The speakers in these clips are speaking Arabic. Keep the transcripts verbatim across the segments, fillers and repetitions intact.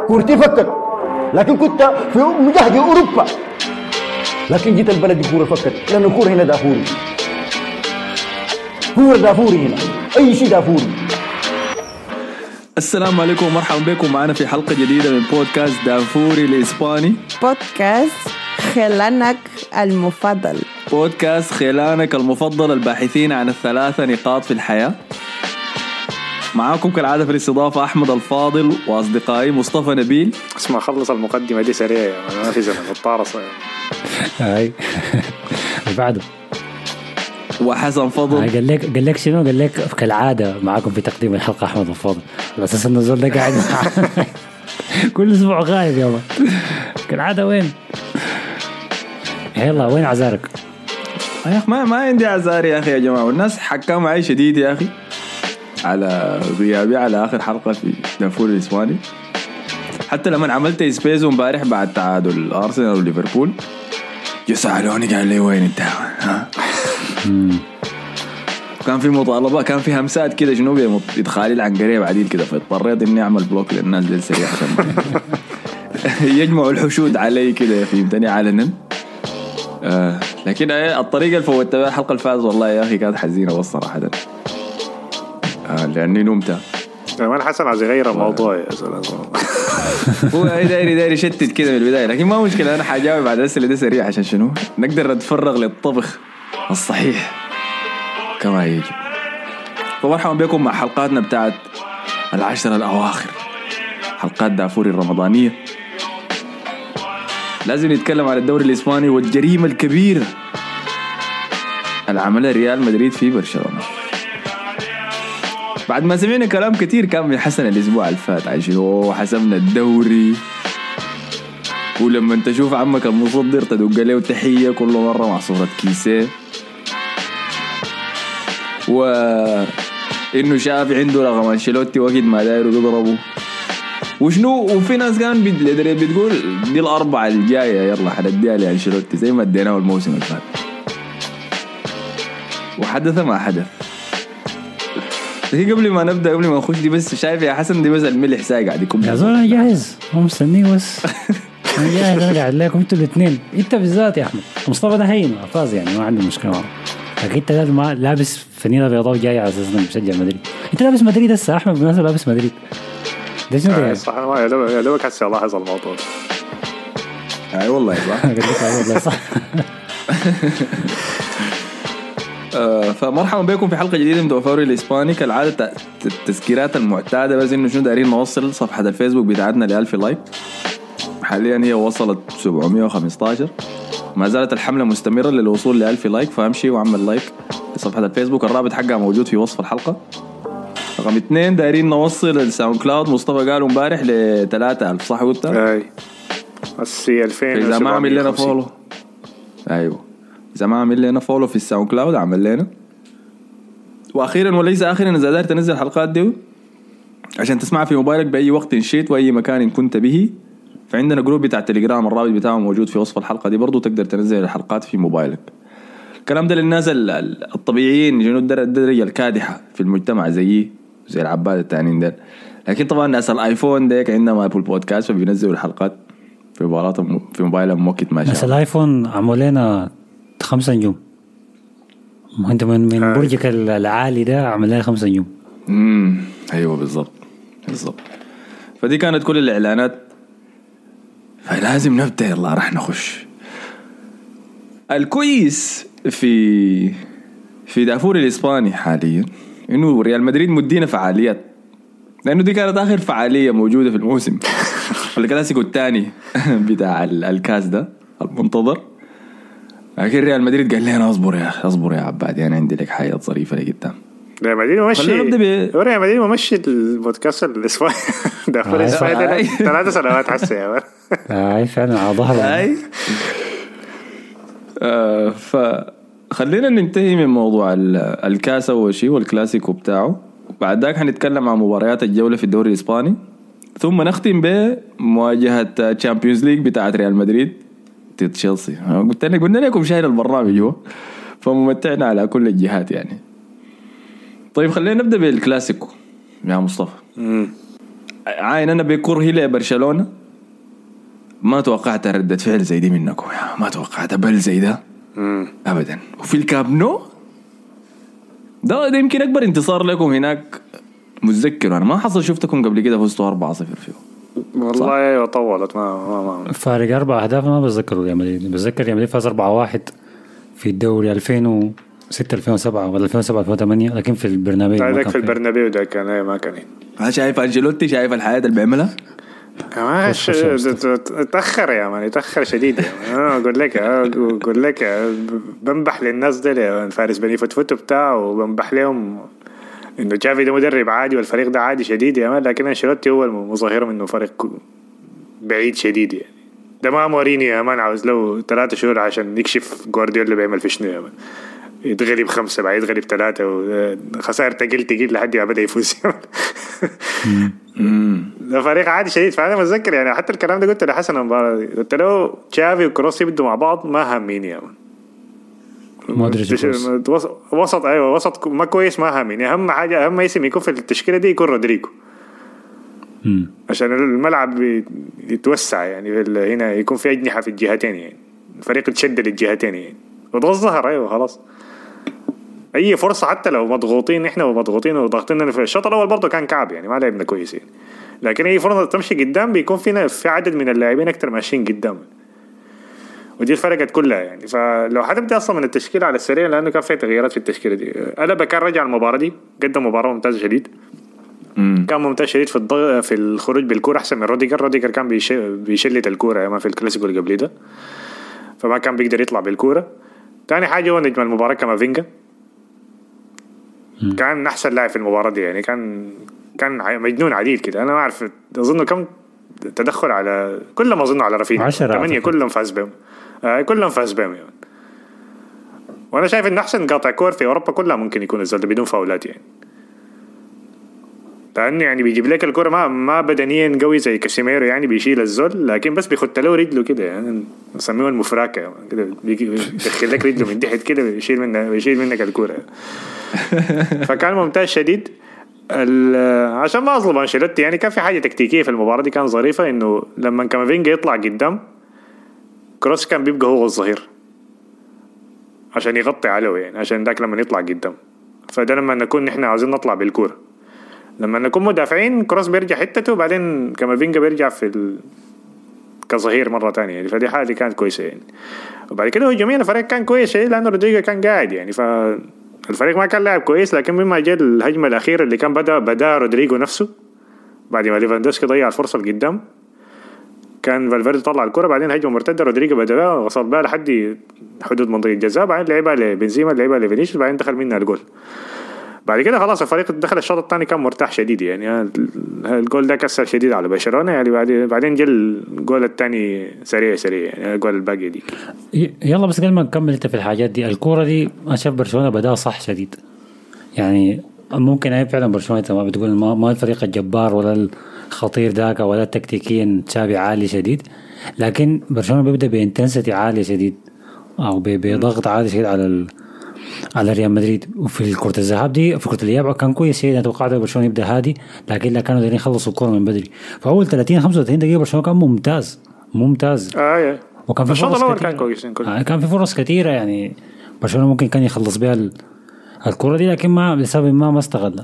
كورتي فكت، لكن كنت في مجهد أوروبا، لكن جيت البلد الكورة فكت، لأن الكورة هنا دافوري، كورة دافوري هنا، أي شيء دافوري. السلام عليكم ومرحبا بكم معنا في حلقة جديدة من بودكاست دافوري الإسباني، بودكاست خلانك المفضل، بودكاست خلانك المفضل الباحثين عن الثلاثة نقاط في الحياة. معاكم كالعادة في الاستضافة أحمد الفاضل وأصدقائي مصطفى نبيل. اسمع خلص المقدمة دي سريعة، ما في زمن الطارصة. هاي بعده وحسن فضل. قال لك قال لك شنو؟ قال لك كالعادة معاكم في تقديم الحلقة أحمد الفاضل، على أساس إنه الزول ده قاعد كل أسبوع غايب يا مان. كالعادة وين؟ يلا وين عزارك؟ يا أخي ما ما عندي عزار يا أخي يا جماعة، والناس حكام معي شديد يا أخي على غيابي على آخر حلقة في دافوري الإسباني. حتى لما عملت سبيس امبارح بعد تعادل أرسنال وليفربول يسألوني قال لي وين انت؟ ها؟ كان في مطالبة، كان في همسات كده جنوبية إدخالي العنقرية بعدين كده، فاضطريت إني أعمل بلوك للناس دي سريع عشان يجمعوا الحشود علي كده يا فهمتني علنا. آه لكن الطريقة اللي فوتها بها الحلقة الفائزة والله يا أخي كانت حزينة والصراحة ده. آه لأني نمت. كمان حسن عايز يغير الموضوع يا سلام. هو دايري دايري شتت كده من البداية، لكن ما مشكلة، أنا حاجاوب بعد الأسئلة دي سريع عشان شنو نقدر نتفرغ للطبخ الصحيح كما يجب. فمرحبا بكم مع حلقاتنا بتاعت العشرة الأواخر، حلقات دافوري الرمضانية. لازم نتكلم عن الدوري الإسباني والجريمة الكبيرة العملها ريال مدريد في برشلونة. بعد ما سمعنا كلام كتير كان من حسن الأسبوع الفات عشان حسمنا الدوري، ولما انت تشوف عمك المصدر تدق له تحية كل مرة مع صورة كيسيه، وإنه شاف عنده رقم أنشيلوتي وقت ما دايروا بيضربوا وشنو. وفي ناس كان بتقول دي الأربعة الجاية يلا حنديها لأنشيلوتي زي ما اديناه الموسم الفات، وحدث ما حدث. هي قبل ما نبدأ قبل ما نخش دي بس شايف يا حسن دي بس الملح ساي قاعد يكون يا زول أنا جاهز، هو مستنيه بس. أنا جاهز، أنا قاعد لكم أنتوا الاثنين، أنت بالذات يا أحمد. مصطفى ده هين فاز يعني ما عنده مشكلة، لكن أنت ما لابس فنيلة بيضاء وجاي على أساس إنه مشجع مدريد. أنت لابس مدريد هسه أحمد بالنسبة لابس مدريد ده شنو ده؟ صح ما يا دوب يا دوبك هسه لاحظ الموضوع. أي والله صح. والله صح. فمرحبا بكم في حلقة جديدة من دافوري الإسباني. كالعادة التذكيرات المعتادة، بس إنه شنو دارين نوصل صفحة الفيسبوك بتاعتنا لألف لايك. حاليا هي وصلت سبعمية وخمستاشر، ما زالت الحملة مستمرة للوصول لألف لايك، فامشي وعمل لايك لصفحة الفيسبوك، الرابط حقها موجود في وصف الحلقة. رقم اثنين دارين نوصل الساوند كلاود، مصطفى قالوا امبارح لثلاثة ألف صح قلت؟ أي بس هي ألفين. إذا ما عمل لنا فولو، أيوه إذا ما عمل لنا فولو في الساوند كلاود عمل لنا. وأخيرا وليس آخرا إذا دارت تنزل الحلقات دي عشان تسمعها في موبايلك بأي وقت شئت وأي مكان كنت به، فعندنا جروب بتاع التليجرام الرابط بتاعه موجود في وصف الحلقة دي، برضو تقدر تنزل الحلقات في موبايلك. الكلام ده للناس الطبيعيين جنود الدرجة الكادحة في المجتمع زيي زي العباد التانيين ده. لكن طبعا الناس الايفون ديك عندما ابل بودكاست فبينزلوا الحلقات في موبايلاتهم في موبايلهم وقت ما شاء. ناس الايفون عملوا لنا خمسة نجوم، وانت من من برجك العالي ده عمل لنا خمسة نجوم. امم ايوه بالضبط بالضبط. فدي كانت كل الاعلانات، فلازم نبدا. يلا راح نخش. الكويس في في دافوري الإسباني حاليا إنه ريال مدريد مدينا فعاليات، لأنه دي كانت آخر فعالية موجودة في الموسم. الكلاسيكو الثاني بتاع الكاس ده المنتظر، لكن ريال مدريد قال لنا اصبر يا اصبر يا عباد، يعني عندي لك حاجات ظريفة لقدام. ريال مدريد ماشي ريال مدريد ممشي البودكاست الإسباني دافوري الإسباني ثلاث سنوات حسي يا مان. أي فعلا على ظهره. أي آه فخلينا ننتهي من موضوع الكاس أول شيء والكلاسيكو بتاعه، بعد ذاك هنتكلم عن مباريات الجولة في الدوري الإسباني، ثم نختم بمواجهة تشامبيونز ليج بتاعت ريال مدريد ضد تشيلسي. قلت لك قلنا لكم شايل البرنامج هو، فممتعنا على كل الجهات يعني. طيب خلينا نبدأ بالكلاسيكو يا مصطفى. امم عاين انا بكره لبرشلونه ما توقعت ردة فعل زي دي منكم يا ما توقعت بل زي ده مم. ابدا. وفي الكاب نو ده, ده يمكن اكبر انتصار لكم هناك. متذكر انا ما حصل شفتكم قبل كده فزتوا أربعة صفر فيه والله ايوه طولت ما ما, ما. فارق اربع اهداف ما بتذكر ريال مدريد. بتذكر ريال مدريد فاز أربعة واحد في الدوري ألفين وستة ألفين وسبعة ولا ألفين وسبعة ألفين وثمانية لكن في البرنابيو ذاك في البرنابيو ده كان ما كان هذا. شايف انجيلوتي شايف الحياه اللي بيعملها ماش تأخر يا مان يتأخر شديد يا مان. أقول لك أقول لك بنبح للناس ده فارس بني فتفتو بتاعه وبنبح لهم إنه جافي ده مدرب عادي والفريق ده عادي شديد يا مان. لكن أنشيلوتي هو المظاهر إنه فريق بعيد شديد يعني. ده ما موريني يا مان عاوز له ثلاثة شهور عشان يكشف جوارديولا اللي بيعمل في شنو يا مان. يتغلب خمسة بعد يتغلب ثلاثة وخسائر تقل تقل لحد ما بدأ يفوز. ده فريق عادي شديد. فأنا متذكر يعني حتى الكلام ده قلت لحسن مباراة قلت له تشافي وكروس يبدوا مع بعض ما همين يا من وسط أيوة وسط ما كويس ما همين. أهم حاجة أهم اسم يكون في التشكيلة دي يكون رودريجو عشان الملعب يتوسع يعني هنا يكون في أجنحة في الجهتين يعني الفريق يتشدد الجهتين يعني وده الظهر أيوة خلاص. أي فرصة حتى لو مضغوطين إحنا ومضغوطين وضغطنا في الشوط الأول برضو كان كعب يعني ما لعبنا كويسين. لكن أي فرصة تمشي قدام بيكون فينا في عدد من اللاعبين أكتر ماشيين قدام ودي الفرقت كلها يعني. فلو حتبدأ أصلا من التشكيلة على السريع لأنه كان في تغييرات في التشكيلة دي. ألابا كان رجع المباراة دي قدم مباراة ممتازة شديد. مم. كان ممتاز شديد في الضغ... في الخروج بالكرة أحسن من روديجر. روديجر كان بيش... بيشلت الكرة ما في الكلاسيكو اللي قبل ده فما كان بيقدر يطلع بالكرة. تاني حاجة هو نجم المباراة كامافينجا كان أحسن لاعب في المباراة دي يعني كان كان مجنون عديد كده. أنا ما أعرف أظن كم تدخل على كلهم أظن على رفيق ثمانية كلهم فاز بهم آه كلهم فاز بهم يعني. وأنا شايف إن أحسن قاطع كور في أوروبا كلها ممكن يكون الزول بدون فاولات يعني لأنه يعني بيجيب لك الكرة ما ما بدنيا قوي زي كاسيميرو يعني بيشيل الزول لكن بس بيخد له رجله كده يعني نسميه المفراكة كده بيدخل لك رجله من تحت كده بيشيل منك بيشيل منك الكرة. فكان ممتاز شديد. عشان ما أظلم أنشيلوتي يعني كان في حاجة تكتيكية في المباراة دي كان ظريفة إنه لما كامافينجا يطلع قدام كروس كان بيبقى هو الظهير عشان يغطي عليه يعني عشان ذاك لما يطلع قدام. فده لما نكون نحن عاوزين نطلع بالكرة لما نكون مدافعين كروس بيرجع حتته وبعدين كامافينجا بيرجع في ال... كظهير مرة تانية يعني. فدي حاجة كانت كويسة يعني. وبعد كده هجوميا الفريق كان كويس لأنه رودريجو كان قاعد يعني فالفريق ما كان لاعب كويس. لكن مما جاء الهجمة الأخيرة اللي كان بدأ بدأ رودريجو نفسه بعد ما ليفاندوسكي ضيع الفرصة القدام كان فالفيردي طلع الكرة بعدين هجمة مرتدة رودريجو بدأ وصل بها لحد حدود منطقة الجزاء بعدين لعبها لبنزيما لعبها لفينيسيوس بعدين دخل منها الجول. بعد كده خلاص الفريق دخل الشوط الثاني كان مرتاح شديد يعني الجول ده كسر شديد على برشلونة يعني بعدين بعدين جاء الجول الثاني سريع سريع يعني الجول الباقي دي. يلا بس قبل ما نكمل انت في الحاجات دي الكورة دي انا شايف برشلونة بدأ صح شديد يعني ممكن اي فعلا برشلونة ما بتقول ما, ما الفريق الجبار ولا الخطير ذاك ولا التكتيكيا تشابي عالي شديد لكن برشلونة بيبدأ بانتنسيتي عالية شديد او بضغط عالي شديد على ال على ريال مدريد. وفي كرة الذهاب دي في كرة الإياب كان كويس شيء. أنا توقعت برشلونة يبدأ هادي لكن لا كانوا دايرين يخلصوا الكرة من بدري. فأول ثلاثين خمسة وثلاثين دقيقة برشلونة كان ممتاز ممتاز آه وكان في فرص كثيرة كان كويس آه كان في فرص كثيرة يعني برشلونة ممكن كان يخلص بها الكرة دي لكن ما لسبب ما ما استغل.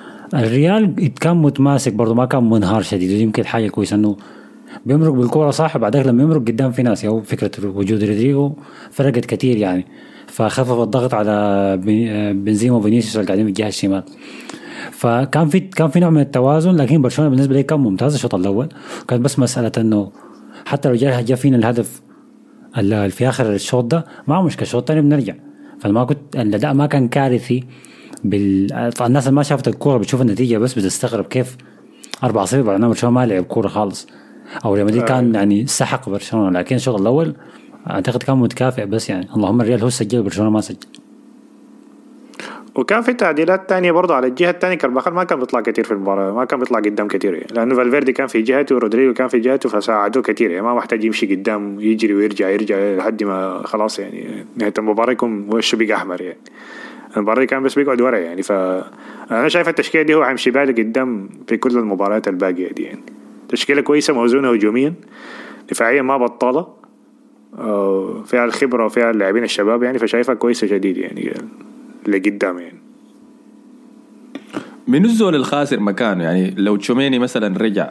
الريال كان متماسك برضو ما كان منهار شديد ودي يمكن حاجة كويسة إنه بيمرق بالكرة صح بعدك لما يمرق قدام في ناس يعني فكرة وجود رودريجو فرقت كتير يعني فخفف الضغط على بنزيما وفينيسيوس اللي قاعدين في الجهة الشمال. فكان في كان في نوع من التوازن لكن برشلونة بالنسبة لي كان ممتاز الشوط الأول. كانت بس مسألة إنه حتى لو جاء جاء فينا الهدف اللي في آخر الشوط ده ما مشكلة الشوط الثاني بنرجع. فما كنت الأداء ما كان كارثي بال الناس اللي ما شافت الكورة بتشوف النتيجة بس بتستغرب كيف أربعة صفر برشلونة برشلونة ما لعب كورة خالص أو ريال مدريد كان يعني سحق برشلونة. لكن الشوط الأول أعتقد كان متكافئ بس يعني اللهم الريال هو سجل برشلونة ما سجل. وكان في تعديلات تانية برضه على الجهة التانية. كارفاخال ما كان بيطلع كتير في المباراة, ما كان بيطلع قدام كتير يعني. لأنه فالفيردي كان في جهته ورودريجو كان في جهته فساعدوه كتير يعني. ما محتاج يمشي قدام يجري ويرجع يرجع لحد ما خلاص يعني نهاية المباراة يكون وشه بيقى أحمر يعني. المباراة كان بس بيقعد ورا يعني. فأنا شايف التشكيلة دي هو هيمشي بالي قدام في كل المباريات الباقية دي يعني. تشكيلة كويسة موزونة هجوميا, دفاعيا ما بطالة, فيها الخبرة وفيها اللاعبين الشباب يعني. فشايفها كويسة جديد يعني اللي قدام يعني. من الزول الخاسر مكانه يعني لو تشوميني مثلا رجع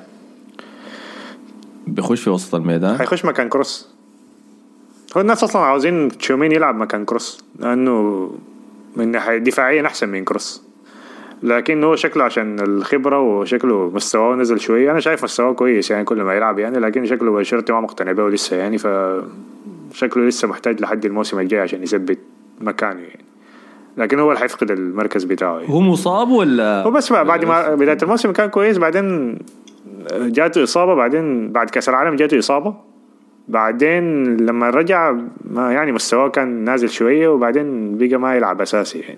بيخش في وسط الميدان هيخش مكان كروس. هو الناس اصلا عاوزين تشوميني يلعب مكان كروس لانه من ناحية دفاعيا احسن من كروس, لكن هو شكله عشان الخبرة وشكله مستواه نزل شوية. انا شايف مستواه كويس يعني كل ما يلعب يعني, لكن شكله بشرتي ما مقتنع به لسه يعني. فشكله لسه محتاج لحد الموسم الجاي عشان يثبت مكانه يعني. لكن هو اللي حيفقد المركز بتاعه يعني. هو مصاب ولا هو بس بعد ما بداية الموسم كان كويس, بعدين جاته إصابة, بعدين بعد كأس العالم جاته إصابة, بعدين لما رجع ما يعني مستواه كان نازل شوية, وبعدين بيجا ما يلعب أساسي يعني.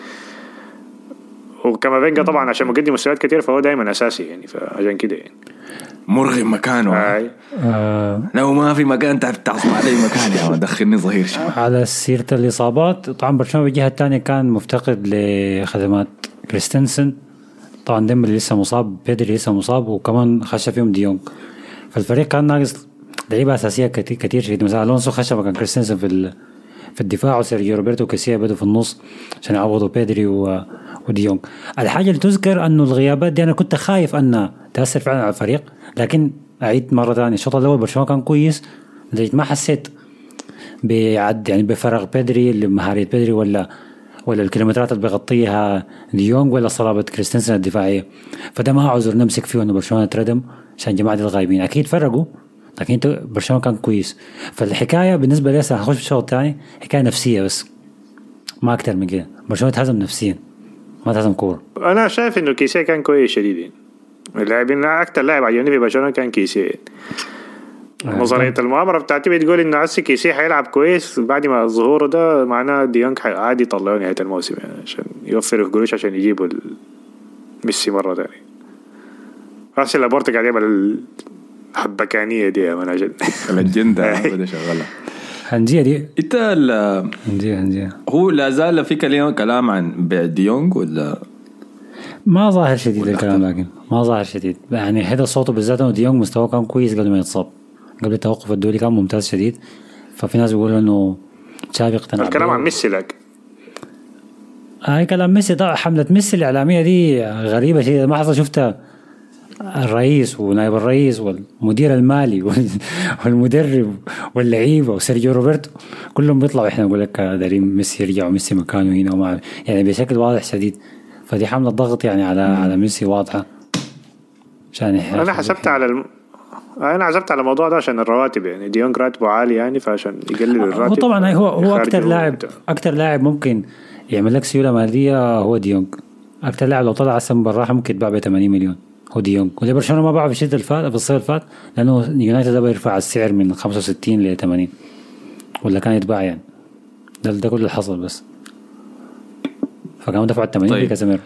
وكما فينجا طبعا عشان مقدم مستويات كتير فهو دايما أساسي يعني. فعشان كده يعني مرغم مكانه. آه. آه لو ما في مكان تعرف تعصب علي مكان يا يعني دخلني ظهير شمال. على سيرة الإصابات, طبعا برشلونة بالجهة الثانية كان مفتقد لخدمات كريستنسن. طبعا ديمبلي لسه مصاب, بيدري لسه مصاب, وكمان خش فيهم ديونج. فالفريق كان ناقص لعيبة أساسية كتير كتير شديد. مثلا ألونسو خش مكان كريستنسن في في الدفاع, وسيرجيو روبرتو وكاسيا بدوا في النص عشان يعوضوا بيدري و وديونج. الحاجة اللي تذكر أنه الغيابات دي أنا كنت خايف أنها تأثر فعلا على الفريق, لكن أعيد مرة ثانية الشوط الأول برشلونة كان كويس لدرجة ما حسيت بعد يعني بفرق بيدري لمهارية بيدري ولا ولا الكيلومترات اللي بيغطيها ديونج ولا صلابة كريستنسن الدفاعية. فده ما عذر نمسك فيه أنه برشلونة تردم عشان جماعة الغايبين. أكيد فرقوا, لكن برشلونة كان كويس. فالحكاية بالنسبة لي هخش في الشوط الثاني حكاية نفسية بس, ما أكتر من كده. برشلونة تهزم نفسيا ما تهزم كورة. أنا شايف إنه كيسيه كان كويس شديد. اللاعبين أكتر لاعب عجبني في برشلونة كان كيسيه. نظرية المؤامرة بتاعتي بتقول إنه عسى كيسيه حيلعب كويس بعد ما ظهوره ده, معناه ديونج عادي يطلعوا نهاية الموسم يعني عشان يوفروا قروش عشان يجيبوا ميسي مرة ثانية. عسى لابورتا قاعد يعمل الحبكانية دي يا مناجل الأجندة بدأ شغالة هنجيه دي إنت ال هنجيه هنجيه هو لا زال في كلام عن بيع ديونج ولا ما ظاهر شديد الكلام, لكن ما ظاهر شديد يعني. هذا صوته بالذات انه ديونج مستواه كان كويس قبل ما يتصاب, قبل التوقف الدولي كان ممتاز شديد. ففي ناس بيقولوا انه تشافي اقتنع. الكلام عن ميسي لك هاي كلام ميسي. طبعا حملة ميسي الإعلامية دي غريبة شيء ما حصل شفتها. الرئيس ونائب الرئيس والمدير المالي والمدرب واللعيبة وسيرجيو روبرتو كلهم بيطلعوا احنا نقول لك دارين ميسي يرجع وميسي مكانه هنا وما يعني بشكل واضح شديد. فدي حملة ضغط يعني على على ميسي واضحة. عشان انا حسبت على الم... انا حسبت على الموضوع ده عشان الرواتب يعني. ديونج راتبه عالي يعني, فعشان يقلل الراتب. هو طبعا هو هو اكثر لاعب اكثر لاعب ممكن يعمل لك سيولة مالية هو ديونج. اكثر لاعب لو طلع احسن براحة ممكن يتباع ب ثمانين مليون هو ديونج. وليه برشلونة ما باعه في الشتاء الفات في الصيف الفات لانه يونايتد ده بيرفع السعر من خمسة وستين ل ثمانين ولا كان يتباع يعني. ده ده كل اللي حصل بس. فكانوا دفعوا ثمانين في كازيميرو.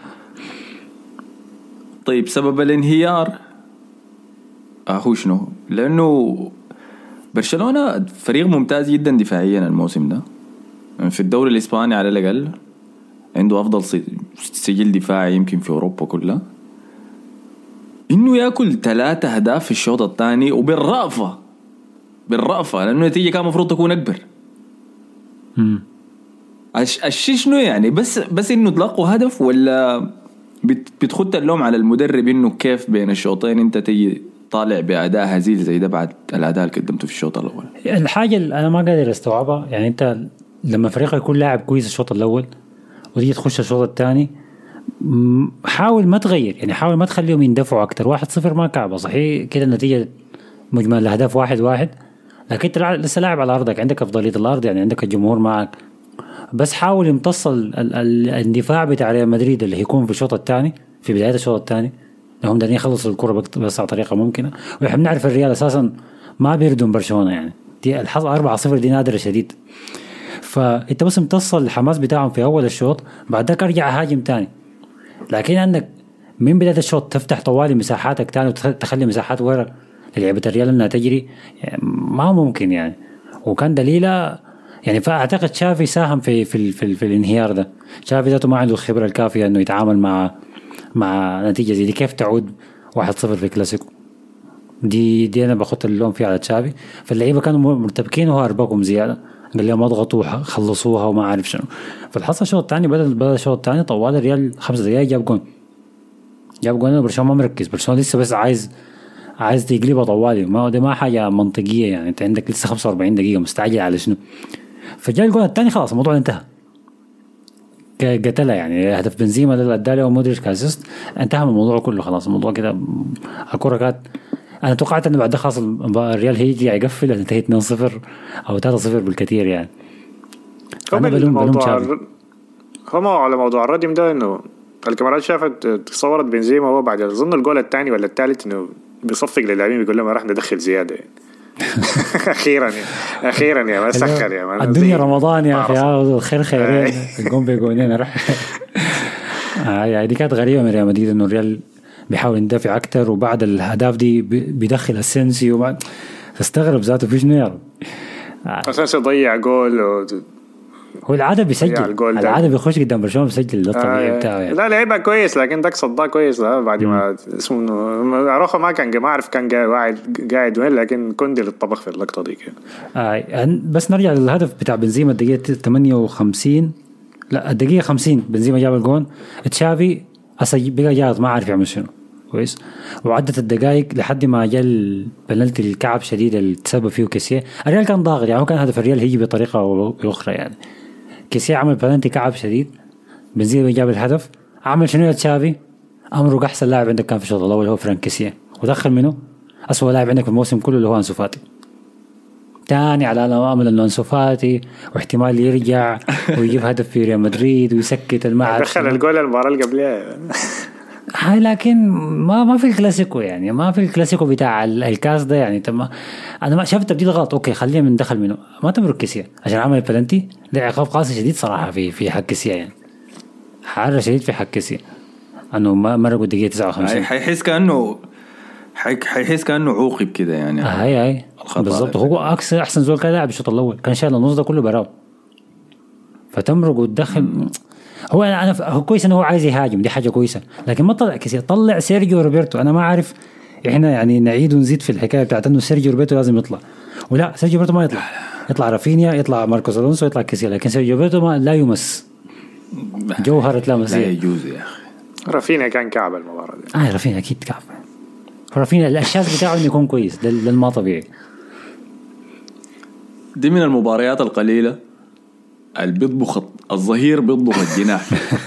طيب سبب الانهيار هو شنو؟ لأنه برشلونة فريق ممتاز جدا دفاعيا الموسم ده في الدوري الإسباني على الأقل, عنده أفضل سجل دفاعي يمكن في أوروبا كلها. إنه يأكل ثلاثة أهداف في الشوط الثاني وبالرأفة بالرأفة لأنه النتيجة كان مفروض تكون أكبر. امم الشيء شنو يعني؟ بس بس إنه تلقوا هدف ولا بتخد اللوم على المدرب إنه كيف بين الشوطين أنت تيجي طالع بأداء هزيل زي ده بعد الأداء اللي قدمته في الشوط الأول؟ الحاجة اللي أنا ما قادر أستوعبها يعني أنت لما فريقك يكون لاعب كويس الشوط الأول وتيجي تخش الشوط الثاني حاول ما تغير يعني, حاول ما تخليهم يندفعوا أكتر. واحد صفر ما كعبة صحيح كده النتيجة مجمل الأهداف واحد واحد, لكن أنت لسه لاعب على أرضك, عندك أفضلية الأرض يعني, عندك الجمهور معك. بس حاول يمتص الاندفاع بتاع ريال مدريد اللي هيكون في الشوط الثاني في بداية الشوط الثاني. هم داني يخلصوا الكرة بس على طريقة ممكنة. ونحن بنعرف الريال أساسا ما بيردون برشلونة يعني, دي الحظ أربعة صفر دي نادرة شديد. فانت بس امتص الحماس بتاعهم في اول الشوط، بعد ذاك ارجع هاجم تاني. لكن انك من بدايه الشوط تفتح طوالي مساحاتك تاني وتخلي مساحات ورا للعبه الريال انها تجري، يعني ما ممكن يعني. وكان دليله يعني، فاعتقد شافي ساهم في في في, في الانهيار ده. شافي ذاته ما عنده الخبره الكافيه انه يتعامل مع مع نتيجه زي دي. كيف تعود واحد صفر في كلاسيكو؟ دي دي انا باخد اللوم فيها على تشافي. فاللعيبه كانوا مرتبكين وهو اربكهم زياده، قال لهم اضغطوا خلصوها وما عارف شنو. فالحصه الشوط الثاني بدا بدا الشوط الثاني طوال الريال خمس دقائق جاب جون جاب جون برشلونه ما مركز. برشلونه لسه بس عايز عايز تقلبها طوالي، ما ده ما حاجه منطقيه يعني. انت عندك لسه خمسة وأربعين دقيقه مستعجل على شنو؟ فجاء الجون الثاني خلاص الموضوع انتهى، قتلها يعني. هدف بنزيما ده اداله ومودريتش كاسيست، انتهى الموضوع كله خلاص. الموضوع كده الكره كانت، انا توقعت انه بعد خلاص الريال هيجي يقفل، انتهى اثنين صفر او ثلاثة صفر بالكثير يعني. انا بلوم بلوم هم على موضوع الردم ده، انه الكاميرات شافت تصورت بنزيما وهو بعد اظن الجول الثاني ولا الثالث انه بيصفق للاعبين بيقول لهم راح ندخل زياده يعني. اخيرا يعني اخيرا يا ما سخر يا ما الدنيا رمضان يا اخي، الخير خيرين الجون بيجونين راح. هاي دي كانت غريبه من ريال مدريد، انه الريال بيحاول يندفع اكتر وبعد الاهداف دي بيدخل اسينسيو وبعد استغرب ذاته في شنو يا اسينسيو ضيع جول و... هو العاده بيسجل، العاده بيخش قدام برشلونه بيسجل، ده الطبيعي آه بتاعه يعني. لا لعبها كويس لكن داك صداه كويس بعد ما اسمه اروخو ما كان ما اعرف كان قاعد قاعد وين، لكن كوندي للطبخ في اللقطه دي كده. آه بس نرجع للهدف بتاع بنزيما الدقيقه ثمانية وخمسين، لا الدقيقه خمسين بنزيما جاب الجون. تشافي أصلا بقى جاهز ما عارف يعمل شنو كويس، وعدت الدقائق لحد ما جاء البلنتي الكعب شديد اللي تسبب فيه كيسيه. الريال كان ضاغط يعني، هو كان هدف الريال هيجي بطريقه او باخرى يعني. كيسيه عمل بلنتي كعب شديد، بنزيما جاب الهدف. عمل شنو يا تشافي؟ امرك احسن لاعب عندك كان في الشوط الاول هو فرانك كيسيه، ودخل منه اسوأ لاعب عندك في الموسم كله اللي هو أنسو فاتي. تاني على امل انه أنسو فاتي واحتمال يرجع ويجيب هدف في ريال مدريد ويسكت الملعب. دخل الجول المباراه اللي قبلها هاي، لكن ما ما في الكلاسيكو يعني، ما في الكلاسيكو بتاع الكاس ده يعني. تم انا ما شفت تبديل غلط، اوكي خليه من دخل منه، ما تمرك كيسيه عشان عمل بلنتي. ده عقاب قاسي شديد صراحه في في حق كيسيه يعني، حار شديد في حق كيسيه انه ما مرقوا الدقيقه تسعة وخمسين. حيحس كانه حيحس كانه عوقب كده يعني. هاي هاي بالضبط، هو اكثر احسن زول كان لاعب الشوط الاول، كان شايل النص ده كله براو، فتمرق وتدخل. هو انا هو كويس انه هو عايز يهاجم، دي حاجه كويسه، لكن ما طلع كيسيه، طلع سيرجيو روبرتو. انا ما عارف احنا يعني نعيد ونزيد في الحكايه بتاعت انه سيرجيو روبرتو لازم يطلع، ولا سيرجيو روبرتو ما يطلع. يطلع رافينيا، يطلع ماركوس الونسو، يطلع كيسيه، لكن سيرجيو روبرتو ما لا يمس جوهره لا مسيه. لا يجوز يا اخي. رافينيا كان كعب المباراه دي. اه رافينيا اكيد كعب. رافينيا الاشاس بتاعه انه يكون كويس، ده ده ما طبيعي. دي من المباريات القليله اللي بيطبخ الظهير بيطبخ الجناح.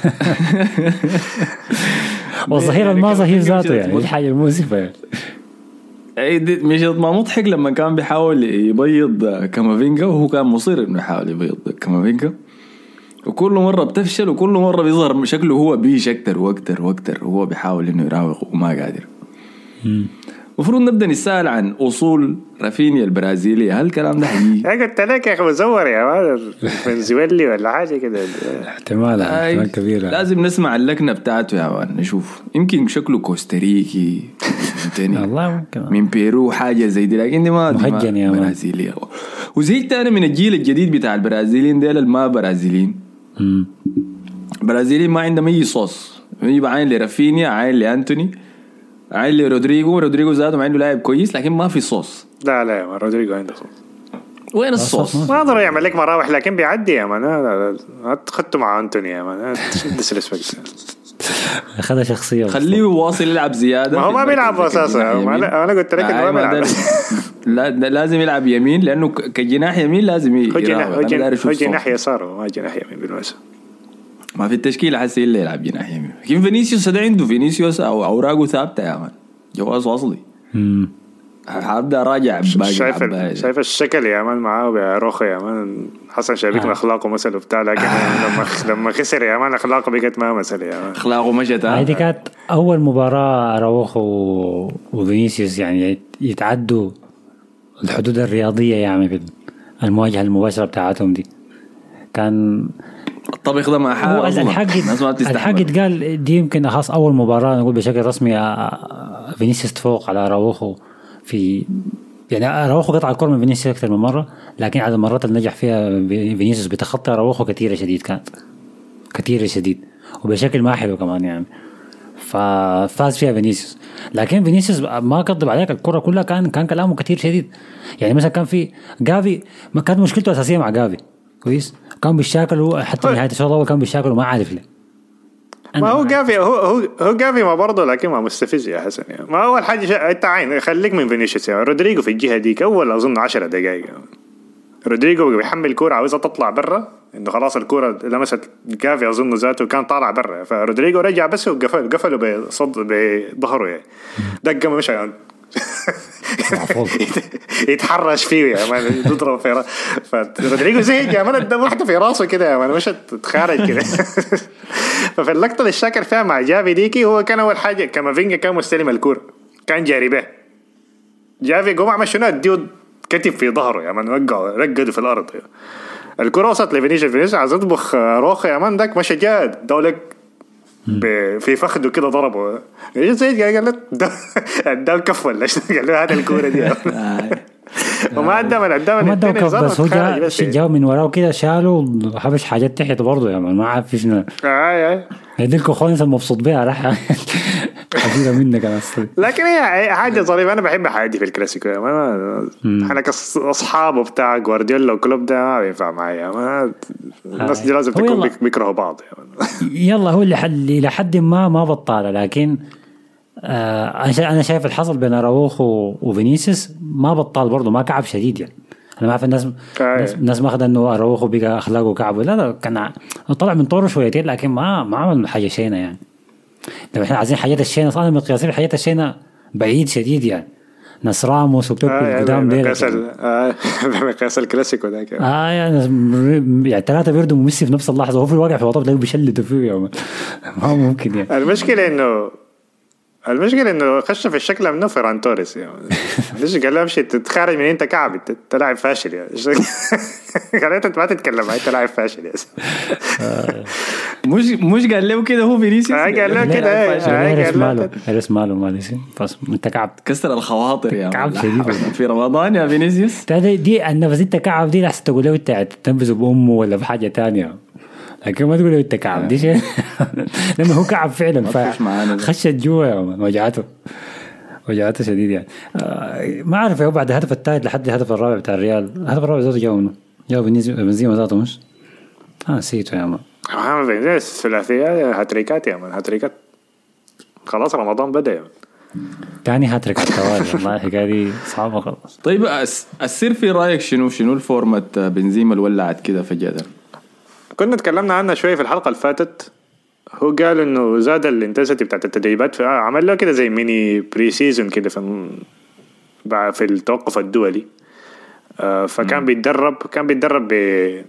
والظهير ما ظهير ذاته يعني، دي حاجه مؤسفه. اي مش ما مضحك لما كان بيحاول يبيض كامافينجا وهو كان مصر انه يحاول يبيض كامافينجا، وكل مره بتفشل وكل مره بيظهر شكله هو بيش اكتر واكتر واكتر، وهو بيحاول انه يراوغ وما قادر. المفروض نبدا نسال عن اصول رافينيا البرازيليه، هل الكلام ده حقيقي؟ يا قلت لك يا اخي مزور يا مان فنزويلي ولا حاجه كده. احتمال احتمال كبير، لازم نسمع اللكنه بتاعته يا مان نشوف. يمكن شكله كوستاريكي والله ممكن من بيرو حاجه زي دي، لكن دي ما مهجن يا برازيليه. وزيت انا من الجيل الجديد بتاع البرازيليين ديل الما برازيليين. البرازيليين ما عندهم اي صوص، يبقى عين لرافينيا، عين لانتوني، عين لرودريجو. رودريجو ذاته ما عنده لاعب كويس لكن ما في صوص. لا لا يا مان رودريجو عنده صوص. وين الصوص؟ ما اقدر يعمل لك مراوح لكن بيعدي يا مان. اخذته مع انتوني يا مان، ديسريسبكت. اخذها شخصيه، خليه واصل يلعب زياده. ما هو ما بيلعب اساسا، انا قلت لك انه ما بيلعب. لا لازم يلعب يمين لانه كجناح يمين لازم يلعب. هو جناح يسار ما جناح يمين بالمناسبه. ما في التشكيله حسي الا يلعب جناح يمين. لكن فينيسيوس ده عنده فينيسيوس او اوراقه ثابته يا مان، جواز اصلي. امم هبدا اراجع باقي. شايف شايف الشكل يا مان معاه بروخه يا مان. حسن شابيك آه. اخلاقه مثله بتاع، لكن لما لما خسر يا مان اخلاقه بقت ما مساله يا مان. اخلاقه مشت. هذه كانت اول مباراه اروخو وفينيسيوس يعني يتعدوا الحدود الرياضيه يعني في المواجهه المباشره بتاعتهم دي. كان الطبخ ده مع حاله هو الحق الحق قال دي يمكن خاص اول مباراه نقول بشكل رسمي فينيسيوس تفوق على اراوخو في يعني اراوخو قطع الكره من فينيسيوس اكثر من مره لكن عدد المرات اللي نجح فيها فينيسيوس بتخطى اراوخو كثيره شديد كانت كثيره شديد وبشكل ما حلو كمان يعني ففاز فيها فينيسيوس لكن فينيسيوس ما كذب عليك الكره كلها كان كان كلامه كثير شديد يعني مثلا كان في جافي ما كانت مشكلته اساسيه مع جافي كويس كان بيشاكلوا حتى نهايه الشوط الاول كان بيشاكلوا ما عارف ليه ما هو جافي هو هو هو جافي ما برضه لكن ما مستفز يا حسن يعني. ما اول حاجه شا... انت عين خليك من فينيسيوس يعني. رودريجو في الجهه ديك اول اظن عشر دقائق يعني. رودريجو بيحمل الكوره عاوزها تطلع برا انه خلاص الكوره لمست جافي اظن ذاته كان طالع برا فرودريجو رجع بس وقفل قفله بصد بظهره يعني دقه مش يعني يتحرش فيه يا مان تضرب في راسه فرودريجو زهق يا مان الدم واحده في راسه كده يا مان مش تتخارج كده. ففي اللقطه اللي الشاكر فيها مع جافي ديكي هو كان اول حاجه كامافينجا كان مستلم الكوره كان جاري به جافي قام عمل شنو اديه كتف في ظهره يا مان وقع رقده في الارض يعني. الكرة وصلت لفينيسيوس فينيسيوس عايز يطبخ روخ يا مان داك مشى جاد دولك في فخده كده ضربه ايش زي قال له ده الكف ولا ايش قال له هذا الكوره دي وما قدام قدام ما كف بس هو جا جاء من وراه كده شالوا وحبش حاجات تحت برضه يا مان ما عارف شنو اي اي هذيك خوانس المبسوط بها راح حبيبه منك انا اصلا لكن هي حاجه ظريفه انا بحب حاجه في الكلاسيكو انا انا كاصحاب بتاع جوارديولا وكلوب ده ما بينفع معايا ما الناس دي لازم تكون بيكرهوا بعض يلا هو اللي حد لحد ما ما بطاله لكن آه انا شايف الحصل بين اراوخو وفينيسيوس ما بطال برضه ما كعب شديد يعني انا ما اعرف الناس الناس الناس ما اخذ انه اراوخو بقى اخلاقه كعب لا لا كان طلع من طوره شويتين لكن ما ما عمل حاجه شينه يعني لو احنا عايزين حاجات الشينه صار مقياسين حياه الشينه بعيد شديد يعني ناس راموس وبيب القدام ديل مقياس مقياس الكلاسيكو ده كده اه يعني يعني ثلاثه بيردوا ميسي في نفس اللحظه وهو في الواقع في وطب تلاقيه بيشلدوا فيه يعني ما ممكن يعني المشكله انه المشكلة إنه خش في الشكل منه فيران توريس يعني ليش قال له امشي تتخارج من أنت كعب أنت لاعب فاشل يعني قال أنت ما تتكلم أنت لاعب فاشل يعني مش مش قال له كده هو فينيسيوس قال له كده عرس ماله عرس ماله ماليسي بس أنت كعب كسر الخواطر يا كعب شديد في رمضان يا فينيسيوس دي النفس أنت كعب دي لحسن تقول له أنت تنبذ بأمه ولا بحاجة تانية لكن ما تقول له انت كعب دي شيء لانه هو كعب فعلا خشت جوا يا مان وجعته وجعته شديد يعني آه ما اعرف هو بعد الهدف الثالث لحد الهدف الرابع بتاع الريال الهدف الرابع ذاته جاء منه جاء بنزيما ذاته مش انا نسيته يا مان محمد بنزيما ثلاثيه هاتريكات يا مان هاتريكات خلاص رمضان بدا يا مان تاني هاتريك التوالي والله الحكايه دي صعبه خلاص. طيب السر في رايك شنو شنو الفورمه بنزيما اللي ولعت كده فجاه؟ كنا تكلمنا عنها شوية في الحلقة اللي فاتت. هو قال إنه زاد الانتنسيتي بتاعت التدريبات عمل له كده زي ميني بري سيزون كده في في التوقف الدولي. آه فكان بيتدرب كان بيتدرب ب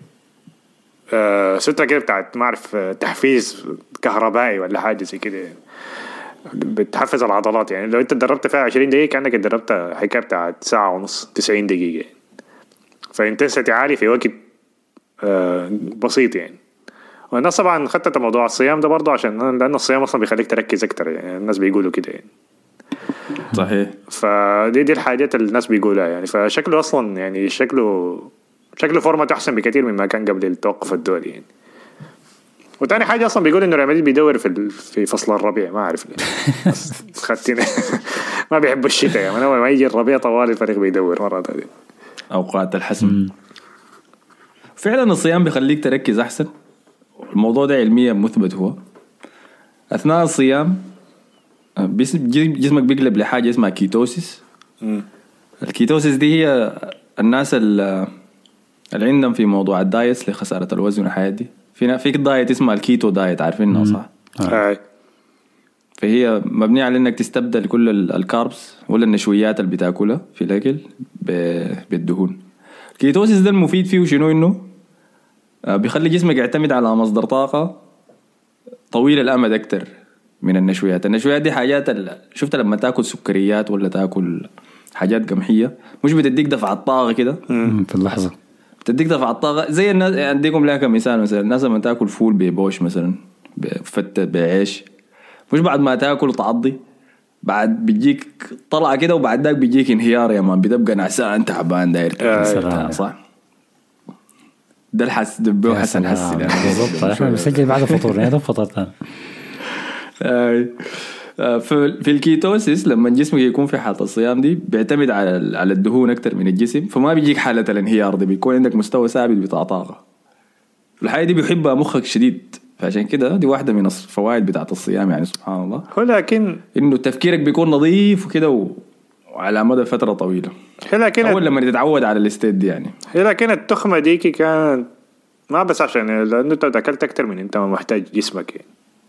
آه سترة كده بتاعت ما أعرف تحفيز كهربائي ولا حاجة زي كده بتحفز العضلات يعني لو أنت تدربت فيها عشرين دقيقة كأنك تدربت حكاية بتاعت ساعة ونص تسعين دقيقة فانتنسيتي عالي في وقت آه بسيط يعني. والناس طبعا خدت موضوع الصيام ده برضه عشان لأن الصيام أصلا بيخليك تركز أكتر يعني الناس بيقولوا كده يعني. صحيح. فدي دي الحاجات اللي الناس بيقولها يعني فشكله أصلا يعني شكله شكله فورمة أحسن بكثير مما كان قبل التوقف الدولي يعني. وتاني حاجة أصلا بيقول إنه ريال مدريد بيدور في في فصل الربيع ما أعرف ليه خدتني ما بيحبوا الشتاء يعني أنا ما يجي الربيع طوال الفريق بيدور مرة تانية أوقات الحسم. فعلا الصيام بيخليك تركز أحسن. الموضوع ده علميا مثبت هو أثناء الصيام جسمك بيقلب لحاجة اسمها كيتوسيس. الكيتوسيس دي هي الناس اللي عندهم في موضوع الدايت لخسارة الوزن والحياة دي في فيك دايت اسمها الكيتو دايت عارفينه صح؟ آه. فهي مبنية على انك تستبدل كل الكاربس ولا النشويات اللي بتاكلها في الاكل بالدهون. الكيتوسيس ده المفيد فيه شنو انه بيخلي جسمك يعتمد على مصدر طاقة طويل الامد اكتر من النشويات. النشويات دي حاجات شفت لما تاكل سكريات ولا تاكل حاجات قمحية مش بتديك دفعة طاقة كده في اللحظة تديك ترفع الطاقه زي الناس. اديكم لها كمثال مثلا الناس لما تاكل فول ببوش مثلا بفتة بعيش مش بعد ما تاكل تعضي بعد بيجيك طلعه كده وبعد ذاك بيجيك انهيار يا مان بتبقى نعسان تعبان داير آه صح. ده الحس دبه حسن حسن بالضبط. احنا بنسجل بعد فطور يعني ده فطرتنا. في في الكيتوسيس لما جسمك يكون في حالة الصيام دي بيعتمد على على الدهون أكتر من الجسم فما بيجيك حالة الانهيار دي بيكون عندك مستوى ثابت بتاع طاقة. الحاجة دي بيحبها مخك شديد فعشان كده دي واحدة من الفوائد بتاعة الصيام يعني سبحان الله. ولكن إنه تفكيرك بيكون نظيف وكده و... وعلى مدى فترة طويلة. لكن أول لما تتعود على الاستيد دي يعني. لكن التخمة ديكي كانت ما بس عشان لأنه أنت أكلت أكتر من أنت ما محتاج جسمك يعني.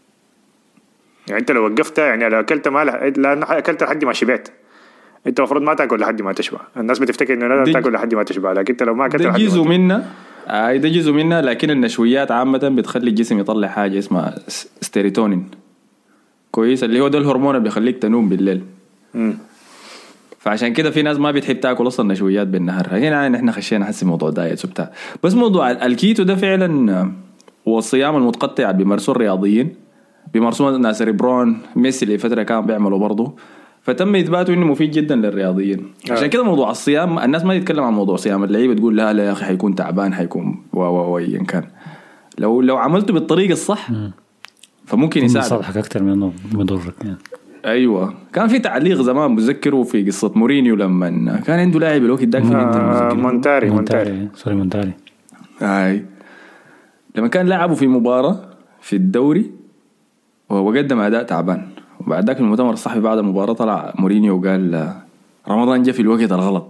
يعني انت لو وقفتها يعني لو اكلت ما لان اكلت لحد ما شبعت انت المفروض ما تاكل لحد ما تشبع. الناس بتفتكر انه لازم تاكل لحد ما تشبع لكن انت لو ما اكلت لحد ما تشبع منا آه ده جزء منها. لكن النشويات عامه بتخلي الجسم يطلع حاجه اسمها ستيروتونين كويس اللي هو ده الهرمون اللي بيخليك تنوم بالليل. امم فعشان كده في ناس ما بتحب تاكل اصلا نشويات بالنهار. هنا نحن خشينا حسي موضوع دايت وبتاع بس موضوع الكيتو ده فعلا والصيام المتقطع اللي بيمارسوه الرياضيين بيمارسون ناس ريبرون ميسي اللي فترة كان بيعملوا برضه فتم إثباته إنه مفيد جدا للرياضيين. عشان كده موضوع الصيام الناس ما تتكلم عن موضوع صيام اللعيبة تقول لا لا يا أخي حيكون تعبان حيكون و و و ين كان لو لو عملته بالطريقة الصح فممكن يساعد يصلحك أكتر من إنه يضرك يعني. أيوة كان في تعليق زمان بذكره في قصة مورينيو لما كان عنده لاعب الوقت داك في آه مونتاري مونتاري سوري مونتاري هاي لما كان لعبه في مباراة في الدوري وهو قدم أداء تعبان وبعد ذاك المؤتمر الصحفي بعد المباراة طلع مورينيو وقال رمضان جاء في الوقت الغلط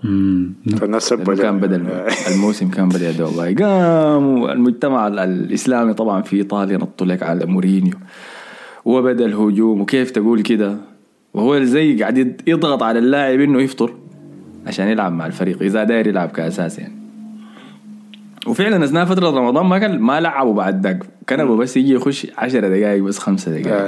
كان بدل الموسم كان بدأ يده والله قام المجتمع الإسلامي طبعا في إيطاليا نطوا لك على مورينيو وبدأ الهجوم وكيف تقول كده وهو زي قاعد يضغط على اللاعب إنه يفطر عشان يلعب مع الفريق إذا داير يلعب كأساس يعني. وفعلا أثناء فترة رمضان ما كان ما لعبوا بعد ذاك كان بس يجي يخش عشر دقائق بس خمسة دقائق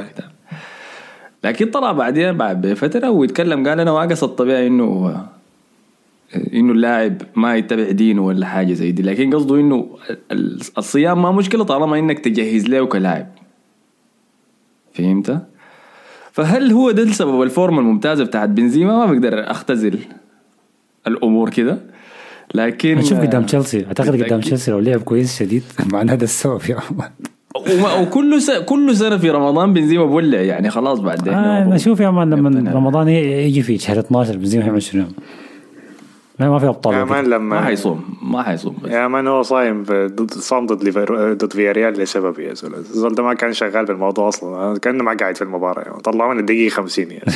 لكن طلع بعدين بعد بفترة ويتكلم قال أنا واقص الطبيعي إنه إنه اللاعب ما يتبع دينه ولا حاجة زي دي لكن قصده إنه الصيام ما مشكلة طالما إنك تجهز له كلاعب فهمت. فهل هو ده السبب الفورمة الممتازة بتاعت بنزيما؟ ما بقدر أختزل الأمور كده لكن نشوف قدام تشيلسي اعتقد قدام تشيلسي لو لعب كويس شديد معناه هذا السبب يا عمان. وكل سنة كل سنة في رمضان بنزيما بولع يعني خلاص بعدين آه نشوف يا عمان لما رمضان يجي في شهر اثناشر بنزيما يعمل شنو ما ما في ابطال يا مان لما ما حيصوم ما حيصوم يا مان هو صايم ضد صام ضد ليفر ضد فياريال لسبب يا زول الزول ده ما كان شغال بالموضوع اصلا كان ما قاعد في المباراة يعني. طلعوا من الدقيقة خمسين يعني.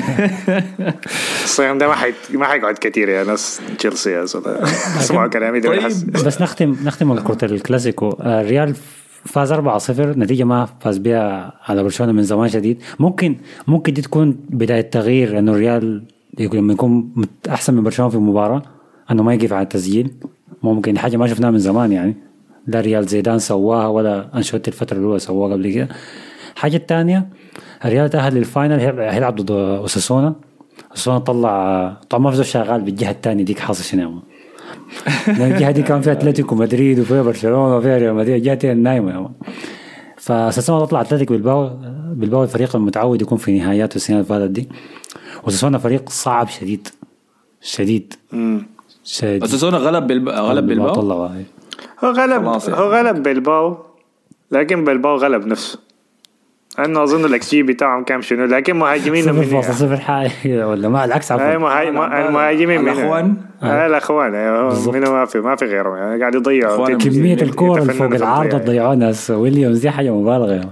الصيام ده ما حي ما حيقعد كتير يا ناس تشيلسي يا زول اسمعوا كلامي ده. طيب بس نختم نختم الكرة الكلاسيكو. الريال فاز أربعة صفر نتيجة ما فاز بها على برشلونة من زمان شديد. ممكن ممكن دي تكون بداية تغيير انه الريال لما يكون أحسن من برشلونة في المباراة أنه ما يقف على التسجيل ممكن حاجة ما شفناها من زمان يعني. لا ريال زيدان سواها ولا أنشوتي الفترة الأولى سواها قبل كده. حاجة الثانية الريال تأهل للفاينل هيلعب ضد أوساسونا. أوساسونا طلع طبعا ما في شغال بالجهة الثانية ديك حاصل شنو الجهة دي كان فيها أتلتيكو مدريد وفيها برشلونة وفيها ريال مدريد جهة النايمة. فأوساسونا تطلع أتلتيكو بالباو بالباو الفريق المتعود يكون في نهايات السنة اللي فاتت دي. وأوساسونا فريق صعب شديد شديد. شديد. أوساسونا غلب بالب... غلب بالباو هو غلب هو غلب بالباو لكن بالباو غلب نفسه. أنا أظن الإكس جي بتاعهم كام شنو لكن مهاجمين من صفر صفر حاجة ولا ما العكس عفوا. المهاجمين من الأخوان آه الأخوان منو ما في ما في غيرهم يعني قاعد يضيعوا كمية الكورة اللي فوق العارضة ضيعوا ناس ويليامز دي حاجة مبالغة.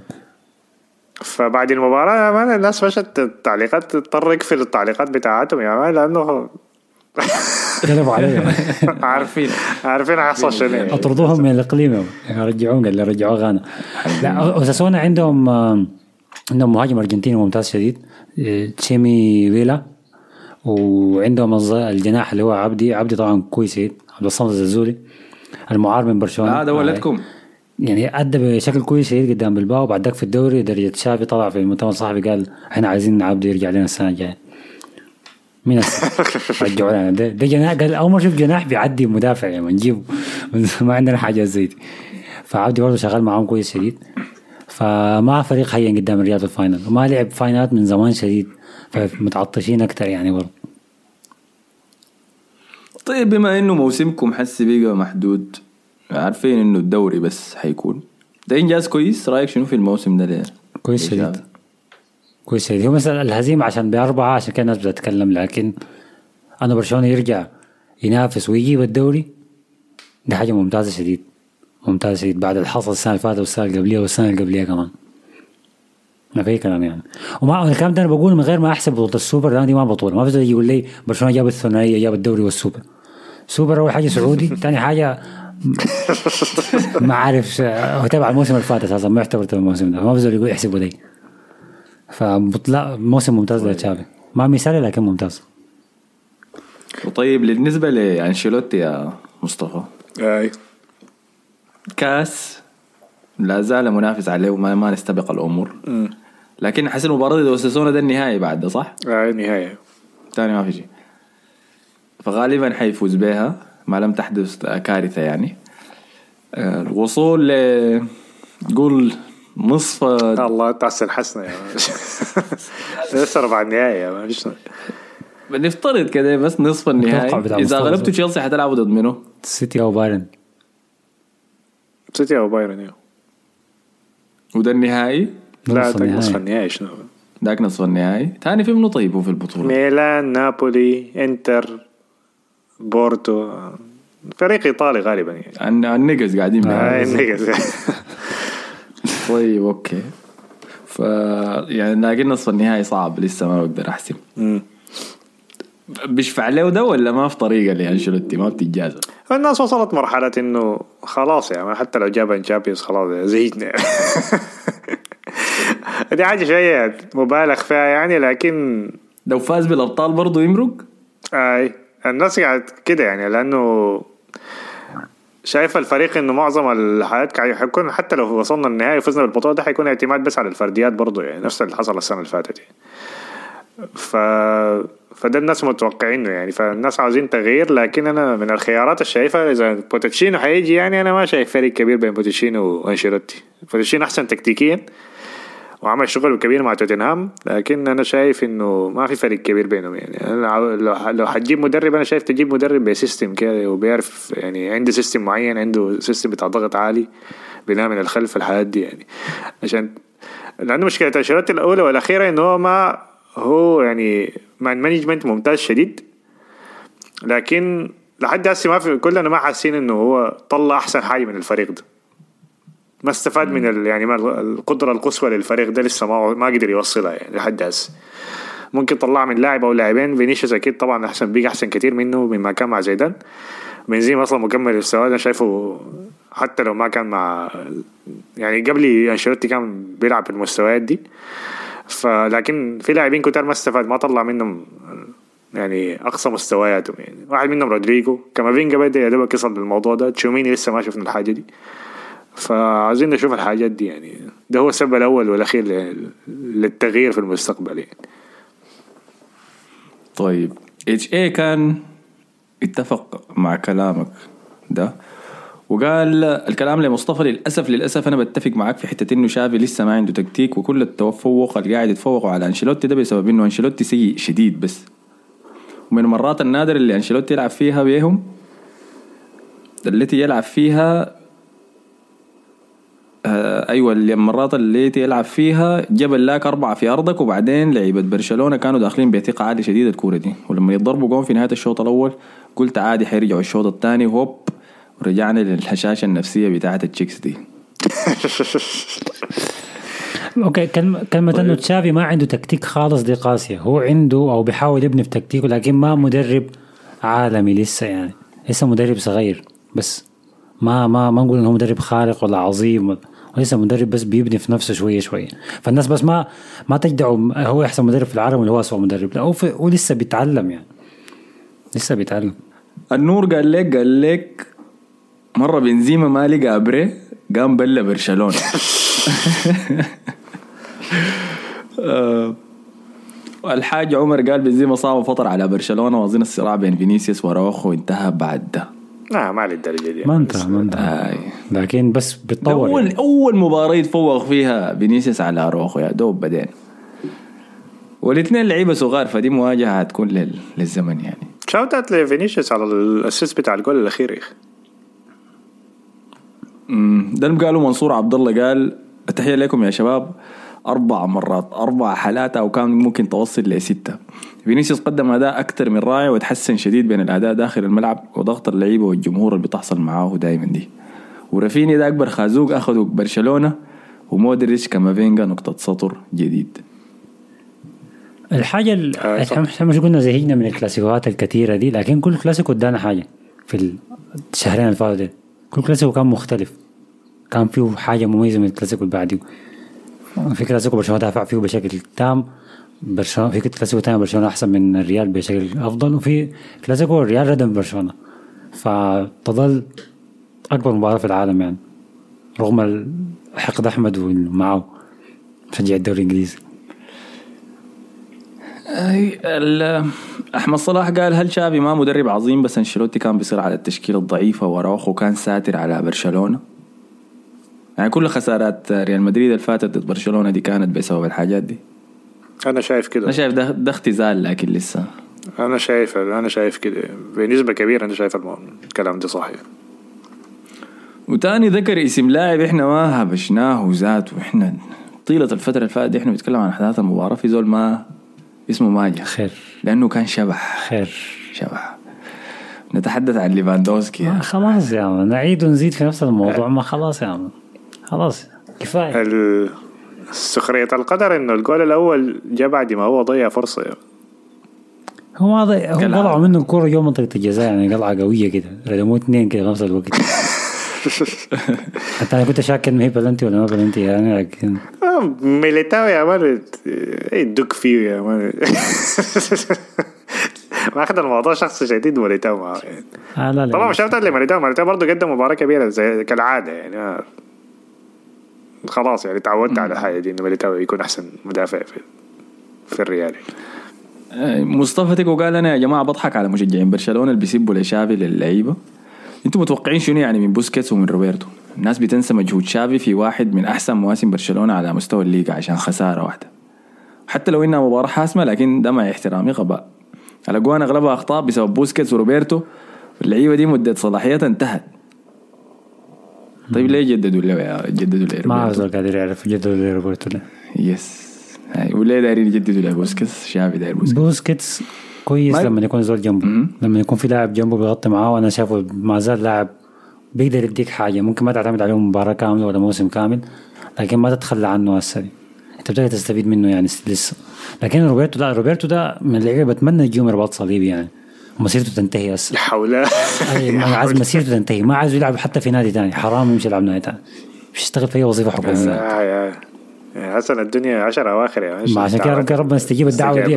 فبعد المباراة ما الناس مشت التعليقات تضطر يقفل التعليقات بتاعتهم يا مان لأنه قلبوا عليهم عارفين عارفين هيحصل شنو. اطردوهم من الاقليم رجعوهم قال رجعوا غانا. لا أوساسونا عندهم عندهم مهاجم ارجنتيني ممتاز شديد تشيمي ويلا وعندهم الجناح اللي هو عبدي عبدي طبعا كويس عبد الصمد الزلزولي المعار من برشلونة. هذا ولدكم يعني أدى بشكل كويس شديد قدام بالباو. بعد ذاك في الدوري درجة شافي طلع في المؤتمر الصحفي قال احنا عايزين عبدي يرجع لنا السنة الجاية. مين رجعوا لنا ده, ده جناح. قال اول ما شوف جناح بيعدي مدافع يعني نجيبه ما عندنا حاجه زي دي. فعبدي برضه شغال معاهم كويس شديد. فما فريق هين قدام الرياض في الفاينل وما لعب فاينات من زمان شديد فمتعطشين اكتر يعني برضه. طيب بما انه موسمكم حسي بيقى محدود عارفين انه الدوري بس حيكون ده انجاز كويس. رايك شنو في الموسم ده ليه؟ كويس شديد كويس شديد. هو مثلا الهزيمه عشان باربعه عشان كان الناس بتتكلم لكن انا برشلونه يرجع ينافس ويجيب الدوري دي حاجه ممتازه شديد ممتازه شديد بعد الحصل السنه اللي فاتت والسنه اللي قبليها والسنه اللي قبليها كمان ما في كلام يعني. وما الكلام ده انا بقول من غير ما احسب بطوله السوبر لان دي ما بطوله ما بيقدر يقول لي برشلونه جاب الثنائيه جاب الدوري والسوبر. سوبر اول حاجه سعودي ثاني حاجه ما عارف هو تابع الموسم اللي فات اساسا ما يعتبر الموسم ده ما بيقدر يقول يحسبه لي. فبطلع موسم ممتاز لتشافي ما مثالي لكن ممتاز. وطيب بالنسبه لانشيلوتي يا مصطفى اي كاس لا زال منافس عليه وما ما نستبق الامور م. لكن حسن المباراه دي اوساسونا ده النهائي بعد ده صح؟ اي نهايه ثاني ما في شيء فغالبا حيفوز بها ما لم تحدث كارثه يعني. الوصول ل قول نصف الله تحسن حسنه يا لسه ربع النهائي يا ما فيش نفترض كده بس نصف النهائي اذا غلبتوا تشيلسي حتلعبوا ضد منو؟ سيتي او بايرن. سيتي او بايرن ايوه وده النهائي لا ده نصف النهائي شنو داك نصف النهائي ثاني في منو طيب هو في البطوله؟ ميلان نابولي انتر بورتو فريق ايطالي غالبا يعني النقز قاعدين معاه النقز. طيب اوكي ف يعني لكن نصف النهائي صعب لسه ما بقدر احسب. بيشفع له ده ولا ما في طريقه لانشيلوتي ما بتتجازف؟ الناس وصلت مرحله انه خلاص يعني حتى لو جاب انشابيوس خلاص زهقنا. دي حاجه شويه مبالغ فيها يعني لكن لو فاز بالابطال برضه يمرق. اي الناس قاعد كده يعني لانه شايف الفريق انه معظم الحالات قاعد حيكون حتى لو وصلنا النهائي وفزنا بالبطوله ده حيكون اعتماد بس على الفرديات برضه يعني نفس اللي حصل السنه اللي فاتت يعني. ف فده الناس متوقعينه يعني فالناس عاوزين تغيير لكن انا من الخيارات الشايفه اذا بوتشينو حيجي يعني انا ما شايف فرق كبير بين بوتشينو وانشيلوتي. بوتشينو احسن تكتيكيا وعمل شغل كبير مع توتنهام لكن انا شايف انه ما في فرق كبير بينهم يعني. أنا لو لو حتجيب مدرب انا شايف تجيب مدرب بسيستم كده وبيعرف يعني عنده سيستم معين عنده سيستم بتاع ضغط عالي بناء من الخلف الحالات دي يعني عشان لانه مشكله انشيلوتي الاولى والاخيره انه هو ما هو يعني مع المانجمنت ممتاز شديد لكن لحد هسه ما في كلنا ما حاسين انه هو طلع احسن حاجه من الفريق ده ما استفاد من ال يعني ما القدره القصوى للفريق ده لسه ما ما قدر يوصلها يعني لحد هسه. ممكن طلع من لاعب او لاعبين فينيسيوس اكيد طبعا احسن بيجي احسن كتير منه مما كان مع زيدان. بنزيما اصلا مكمل السواد انا شايفه حتى لو ما كان مع يعني قبل انشيلوتي كان بيلعب بالمستويات دي فلكن في لاعبين كتار ما استفاد ما طلع منهم يعني اقصى مستوياتهم يعني. واحد منهم رودريجو كامافينجا بدا يا دوبك يصل للموضوع ده تشوميني لسه ما شفنا الحاجه دي فعايزين نشوف الحاجات دي يعني. ده هو السبب الاول والاخير للتغيير في المستقبل يعني. طيب اتش اي كان اتفق مع كلامك ده وقال الكلام لمصطفى للأسف للأسف أنا بتفق معك في حتة إنه شافي لسه ما عنده تكتيك وكل التفوق اللي قاعد يتفوقوا على أنشيلوتي ده بسبب إنه أنشيلوتي سيء شديد بس. ومن المرات النادر اللي أنشيلوتي يلعب فيها بيهم التي يلعب فيها آه أيوة المرات اللي يلعب فيها جبل لك أربعة في أرضك وبعدين لعيبة برشلونة كانوا داخلين بثقة عالية شديدة الكورة دي ولما يضربوا جون في نهاية الشوط الأول قلت عادي حيرجعوا الشوط الثاني هوب ورجعنا للحشاشة النفسية بتاعة التشيكس دي. اوكي كلمة انه تشافي ما عنده تكتيك خالص دي قاسية. هو عنده او بيحاول يبني في تكتيكه لكن ما مدرب عالمي لسه يعني لسه مدرب صغير بس ما ما ما نقول انه هو مدرب خارق ولا عظيم ولسه مدرب بس بيبني في نفسه شوية شوية. فالناس بس ما ما تجدعوا هو احسن مدرب في العالم ولا هو اسوأ مدرب لا هو, هو لسه بيتعلم يعني لسه بيتعلم. النور قال لك قال لك مرة بنزيما ما لقى أبري قام بلا برشلونة. الحاج عمر قال بنزيما صاب فطر على برشلونة وأظن الصراع بين فينيسيوس وراوخو انتهى بعد ده. لا ما للدرجة دي ما انتهى ما انتهى لكن بس بتطور أول يعني. أول مباراة يتفوق فيها فينيسيوس على راوخو يا دوب بعدين والاثنين لعيبة صغار فدي مواجهة هتكون لل... للزمن يعني. شاوتات لفينيسيوس على الاسيست بتاع الجول الأخير يا أخي. ده اللي قاله منصور عبد الله قال التحية لكم يا شباب أربع مرات أربع حالات أو كان ممكن توصل لستة. فينيسيوس قدم أداء أكثر من رائع وتحسن شديد بين الأداء داخل الملعب وضغط اللعيبة والجمهور اللي بتحصل معاه دائما دي. ورافيني ده أكبر خازوق أخذوا برشلونة ومودريتش كامافينجا نقطة سطر جديد. الحاجة اللي احنا مش قلنا زهقنا من الكلاسيكوات الكثيرة دي لكن كل كلاسيكو ادانا حاجة في الشهرين اللي فاتوا دي. كل كلاسيكو كان مختلف كان فيه حاجة مميزة من الكلاسيكو اللي بعده. في كلاسيكو برشلونة دافع فيه بشكل تام برشلونة في كلاسيكو تاني برشلونة أحسن من الريال بشكل أفضل وفي كلاسيكو الريال ردم برشلونة فتظل أكبر مباراة في العالم يعني رغم حقد أحمد ومعه مشجع الدوري الإنجليزي. أحمد صلاح قال هل شافي ما مدرب عظيم بس أنشيلوتي كان بيصير على التشكيلة الضعيفة وراوخو كان ساتر على برشلونة يعني كل خسارات ريال مدريد الفاتت ضد برشلونة دي كانت بسبب الحاجات دي. أنا شايف كده. أنا شايف ده ده اختزال لكن لسه. أنا شايف أنا شايف كده بنسبة كبيرة أنا شايف الكلام ده صحيح. وتاني ذكر اسم لاعب إحنا ما هبشناه وذاته إحنا طيلة الفترة الفاتت إحنا بنتكلم عن أحداث المباراة في زول ما اسمه ماجد خير لأنه كان شبح خير شبح. نتحدث عن ليفاندوسكي ما خلاص يا عم نعيد ونزيد في نفس الموضوع ما خلاص يا عم خلاص كفاية. السخرية القدر إنه الجول الأول جاء بعد ما هو ضيع فرصة يعني. هو ما ضيع هو قلعوا منه الكرة يوم منطقة الجزاء يعني قلعة قوية كده ردموا اثنين كده نفس الوقت. حتى أنا كنت شاك إنه هي بلنتي ولا ما بلنتي يعني لكن ميليتاو يا مان يدق فيه يا مان ما أخذ الموضوع شخص شديد ميليتاو معه يعني. آه لا لا طبعا مش شرط اللي ميليتاو ميليتاو برضه قدم مباراة كبيرة زي كالعادة يعني آه. خلاص يعني تعودت على حاجة دي إنه ميليتاو يكون أحسن مدافع في في الريال. مصطفى تيكو قال أنا يا جماعة بضحك على مشجعين برشلونة اللي بيسيبوا لشافي للعيبة. انتم متوقعين شنو يعني من بوسكيتس ومن روبرتو؟ الناس بتنسى مجهود شافي في واحد من احسن مواسم برشلونة على مستوى الليغا عشان خسارة واحدة حتى لو انها مباراة حاسمة لكن ده مع احترامي غباء. الاجوان اغلبها اخطاء بسبب بوسكيتس وروبرتو اللعيبة دي مدة صلاحيتها انتهت. طيب ليه جددوا له جددوا له ما عاوز قادر يعرف جددوا له روبرتو ده يس هاي وليه دايرين يجددوا له بوسكيتس؟ شافي داير بوسكيتس بوسكيتس كويس لما يكون زول جنبه م- لما يكون في لاعب جنبه بيغطي معاه وانا شايفه ما زال لاعب بيقدر يديك حاجه ممكن ما تعتمد عليه مباراه كامله ولا موسم كامل لكن ما تتخلى عنه هسه انت بتقدر تستفيد منه يعني لسه. لكن روبرتو لا روبرتو ده من اللعيبه بتمنى يجيهم رباط صليبي يعني مسيرته تنتهي هسه حوله ما عايز مسيرته تنتهي ما عايز يلعب حتى في نادي ثاني حرام يمشي يلعب نادي ثاني بيشتغل في اي وظيفه حكوميه. حسن الدنيا عشر أواخر يا ما عشان كده ربنا استجيب الدعوة دي.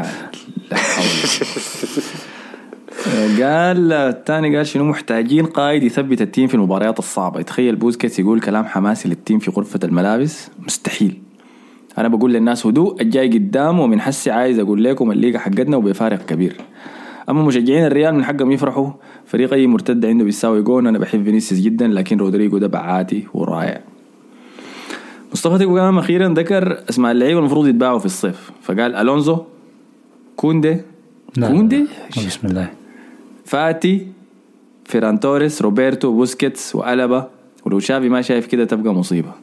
قال الثاني قال شنو محتاجين قائد يثبت التيم في المباريات الصعبة. يتخيل بوسكيتس يقول كلام حماسي للتيم في غرفة الملابس مستحيل. أنا بقول للناس هدوء الجاي قدام ومن حسي عايز أقول لكم الليغا حقتنا وبفارق كبير. أما مشجعين الريال من حقهم يفرحوا فريق أي مرتد عنده بيساوي جون. أنا بحب فينيسيوس جدا لكن رودريجو ده بعاتي ورائع. مصطفى تيكو قام أخيرا ذكر اسماء اللعيبة المفروض يتباعوا في الصيف فقال ألونزو كوندي كوندي بسم الله فاتي فيران توريس روبرتو بوسكيتس وألابا ولو شافي ما شايف كده تبقى مصيبة.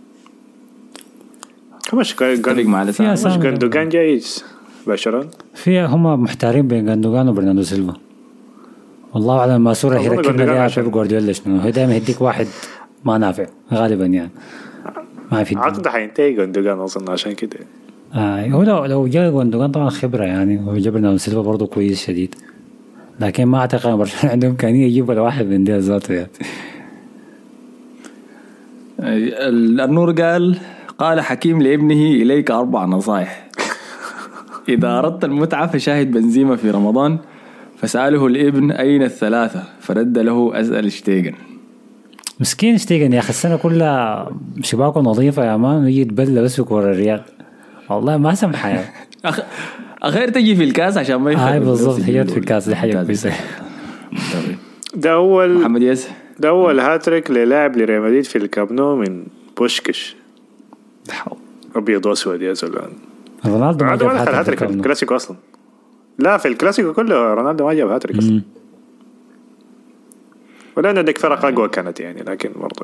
مش مش غندوغان جايز بشرا فيها هم محتارين بين غندوغان وبرناردو سيلفا والله أعلم ما صورة يركبنا ليها بيب جوارديولا شنو هي دائما يديك واحد ما نافع غالبا يعني ما في عقد حينتهي غندوغان أصلا عشان كده. آه هو لو لو جاء غندوغان طبعا خبرة يعني وجاب برناردو سيلفا برضو كويس شديد لكن ما أعتقد برشلونة عندهم إمكانية يجيب ولا واحد من دي ذاته يعني. النور قال قال حكيم لابنه إليك أربع نصائح. إذا أردت المتعة فشاهد بنزيما في رمضان. فسأله الابن أين الثلاثة فرد له أسأل شتيغن. مسكين شتيغن يا أخي السنة كلها شباكه نظيفة يا مان ويجي يتبلى بس بكورة الريال والله ما سمح يعني أخ... اخير تجي في الكاس عشان ما يخرب هاي بالضبط نفس هي الجيل في الكاس دي حاجه الكاس. كويسه. طيب. ده اول محمد ياسر ده اول هاتريك للاعب لريال مدريد في الكامب نو من بوشكش ابيض واسود يا زلمه. رونالدو ما رونالدو جاب ما دخل هاتريك هاتريك في في الكلاسيكو اصلا. لا في الكلاسيكو كله رونالدو ما جاب هاتريك اصلا. ولا انه ديك فرق اقوى كانت يعني لكن برضه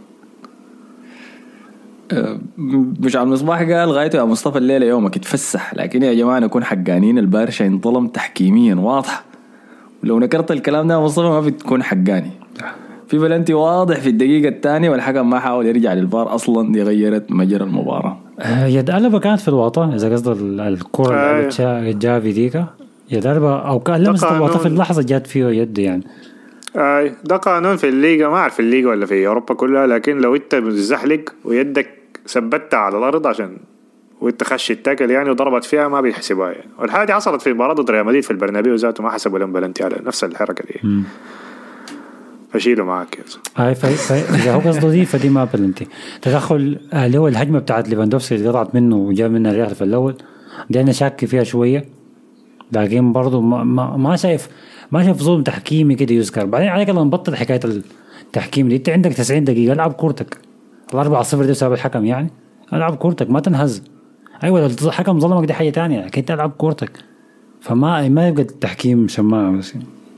مش على المصباح قال غايته يا مصطفى الليله يومك يتفسح، لكن يا جماعه نكون حقانين البارشا ينظلم تحكيميا واضح. ولو نكرت الكلام ده يا مصطفى ما بتكون حقاني. في بلنتي واضح في الدقيقه الثانيه والحكم ما حاول يرجع للفار اصلا، دي غيرت مجرى المباراه. يد قلبه كانت في الوطن اذا قصد الكره آه. اللي جا في ديكا يد قلبه او كان لمس الوطن في اللحظه جات فيه يد يعني. آه ده قانون في الليغا، ما اعرف في الليغا ولا في اوروبا كلها، لكن لو انت متزحلق ويدك ثبتها على الارض عشان وانت خش التاكل يعني وضربت فيها ما بيحسبها يعني. والحاجه حصلت في مباراه ضد ريال مدريد في البرنابيو ذاته ما حسبوا لهم بلنتي على نفس الحركه دي. فشيلوا معاك هاي فاذا هو قصده دي فدي ما بلنتي. تدخل اللي هو الهجمه بتاعت ليفاندوفسكي اللي قطعت منه وجاب منها الريال في الاول دي انا شاك فيها شويه، لكن برضو ما, ما, ما شايف ما شايف ظلم تحكيمي كده يذكر. بعدين عليك الله نبطل حكايه التحكيم دي. انت عندك تسعين دقيقه العب كورتك. الأربعة صفر دي بسبب الحكم يعني، العب كورتك ما تنهز. ايوه الحكم ظلمك دي حاجه تانية، لكن انت العب كورتك. فما ما يبقى التحكيم شماعه بس.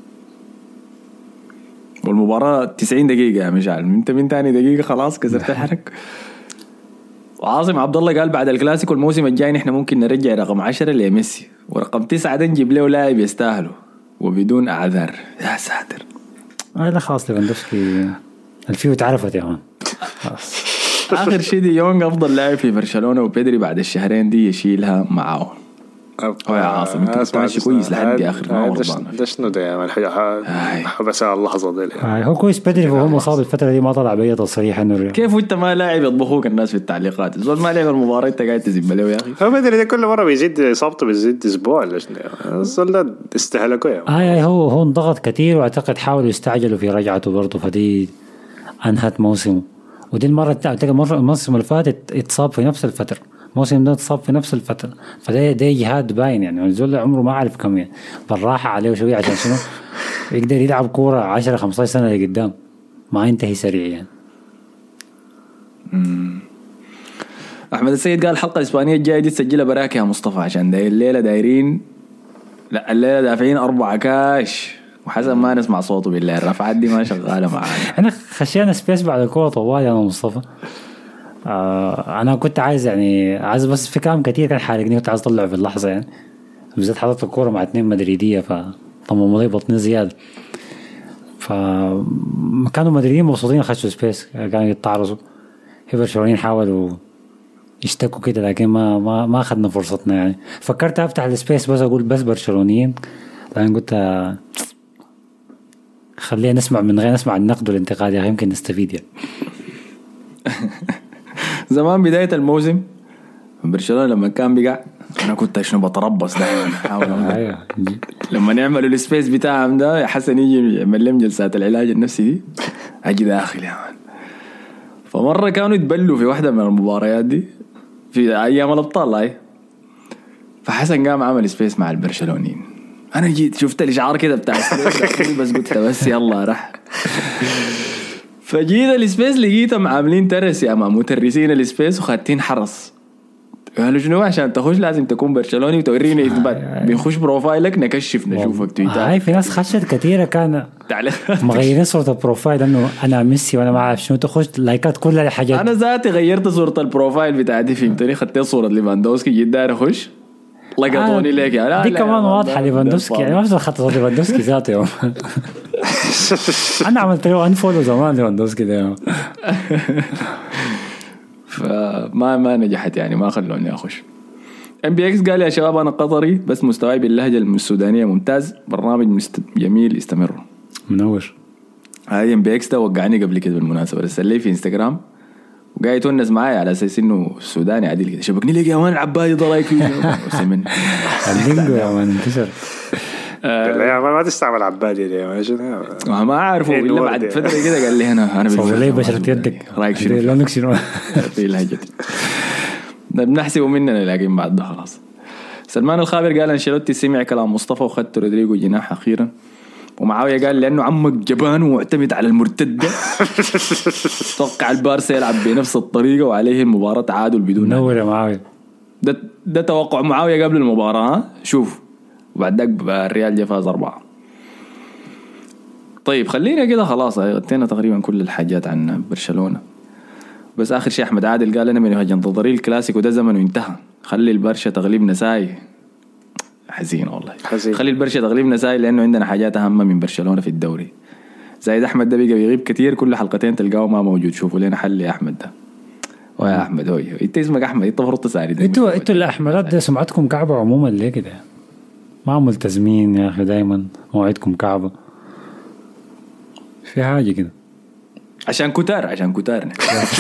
والمباراة تسعين دقيقة يا مجال، انت من تاني دقيقة خلاص كسرت الحرك. وعاصم عبد الله قال بعد الكلاسيكو الموسم الجاي نحن ممكن نرجع رقم عشرة لميسي ورقم تسعة ده نجيب له لاعب يستاهله وبدون اعذار. يا ساتر. آه لا خلاص ليفاندوفسكي الفيو تعرفت يا مان. اخر شيء دي يونغ افضل لاعب في برشلونة وبيدري بعد الشهرين دي يشيلها معاه. هو يا عاصم انت كنت ماشي كويس لحد اخر ما وربانا. ده شنو ده يا الحاجه بس اللحظه دي آه هو كويس بدري وهو مصاب الفتره دي ما طلع بأي تصريح انه كيف وانت ما لاعب يطبخوك الناس في التعليقات الزول ما لعب المباراه انت قاعد تزب له يا اخي. هو بدري ده كل مره بيزيد اصابته بيزيد اسبوع ولا شنو الزول ده استهلكوا يا آه هو هو انضغط كثير واعتقد حاولوا يستعجلوا في رجعته برضه فدي انهت موسمه. ودي المره الثالثه الموسم اللي فات اتصاب في نفس الفتره، الموسم ده اتصاب في نفس الفتره. فده ده جهاد باين يعني. الزول عمره ما عارف كم يعني بالراحه عليه شويه عشان شنو يقدر يلعب كوره عشرة خمسة عشر سنه لقدام ما ينتهي سريع يعني. مم. احمد السيد قال الحلقه الاسبانيه الجايه دي تسجلها براك يا مصطفى عشان ده الليله دايرين لا الليله دافعين أربعة كاش وحسن ما نسمع صوته بالله. الرفعات دي ما شغاله معانا. احنا خشينا سبيس بعد الكوره طوال يا مصطفى. آه انا كنت عايز يعني عايز بس في كلام كتير كان حارقني كنت عايز اطلع في اللحظه يعني بالذات حضرت الكوره مع اثنين مدريديه فطمموا لي بطني زياده. فكانوا مدريدين مبسوطين خشوا سبيس كانوا يتعرضوا. في برشلونيين حاولوا يشتكوا كده لكن ما ما ما اخذنا فرصتنا يعني. فكرت افتح السبيس بس اقول بس برشلونيين لكن قلت آه خلينا نسمع من غير نسمع النقد والانتقاد يعني يمكن نستفيد يعني. زمان بداية الموسم برشلونة لما كان بيقع أنا كنت شنو بتربص دائما لما نعملوا السبيس بتاعهم ده حسن يجي يعمل لهم جلسات العلاج النفسي دي أجي داخل يا مان. فمرة كانوا يتبلوا في واحدة من المباريات دي في أيام الأبطال هاي فحسن قام عمل سبيس مع البرشلونيين. أنا جيت شفت الإشعار كده بتاع بس قلت بس يلا رح. فجيت السبيس لقيتهم عاملين ترس يا ما مترسين السبيس وخاتين حرس. قالوا شنو عشان تخش لازم تكون برشلوني وتورينا اثبات. بنخش بروفايلك نكشف نشوفك تويتر. هاي في ناس خشت كثيره كان مغيرين صوره البروفايل انه انا ميسي وانا ما اعرف شنو تخش لايكات كل الحاجات. انا ذاتي غيرت صوره البروفايل بتاعتي فهمتني خدت صوره ليفاندوفسكي جيت داير اخش لقطوني ليك يا لا دي كمان واضحه ليفاندوفسكي يعني ما في خط صوره ليفاندوفسكي ذاته. انا عملت له انفولو زمان ليفاندوفسكي ده فما ما نجحت يعني ما خلوني اخش. ام بي اكس قال يا شباب انا قطري بس مستواي باللهجه السودانيه ممتاز برنامج مست... جميل استمروا. منور. هاي ام بي اكس ده وقعني قبل كده بالمناسبه رسل لي في انستغرام وقاعد يتونس معايا على اساس انه سوداني عديل كده شبكني لك يا مان عباية ضلايك وسمن اللينجو يا مان انتشر. لا يا مان ما تستعمل عبادي دي ما ما اعرفه الا بعد فتره كده قال لي هنا انا صور لي بشرة يدك رايك شنو لونك شنو في لهجتي بنحسبه مننا لكن بعد ده خلاص. سلمان الخابر قال أنشيلوتي سمع كلام مصطفى وخدت رودريجو جناح أخيرا. ومعاوية قال لأنه عمك جبان ومعتمد على المرتدة. توقع البارسا يلعب بنفس الطريقة وعليه المباراة تعادل بدون نور يا معاوية. ده ده توقع معاوية قبل المباراة. شوف وبعد ذاك الريال جا فاز أربعة. طيب خلينا كده خلاص غطينا تقريبا كل الحاجات عن برشلونة. بس آخر شيء أحمد عادل قال أنا من وجه نظري الكلاسيكو ده زمنه انتهى. خلي البرشا تغليب نساي. حزين والله حزين. خلي البرشا تغليب نساي لأنه عندنا حاجات أهم من برشلونة في الدوري. زايد أحمد ده بيجي بيغيب كتير كل حلقتين تلقاه ما موجود. شوفوا لنا حل يا أحمد ده. ويا أحمد هوي أنت اسمك أحمد أنت فرط تساعد. أنتوا أنتوا الأحمرات ده سمعتكم كعبة عموما ليه كده؟ ما ملتزمين يا أخي دايما موعدكم كعبة. في حاجة كده. عشان كتار عشان كتارنا.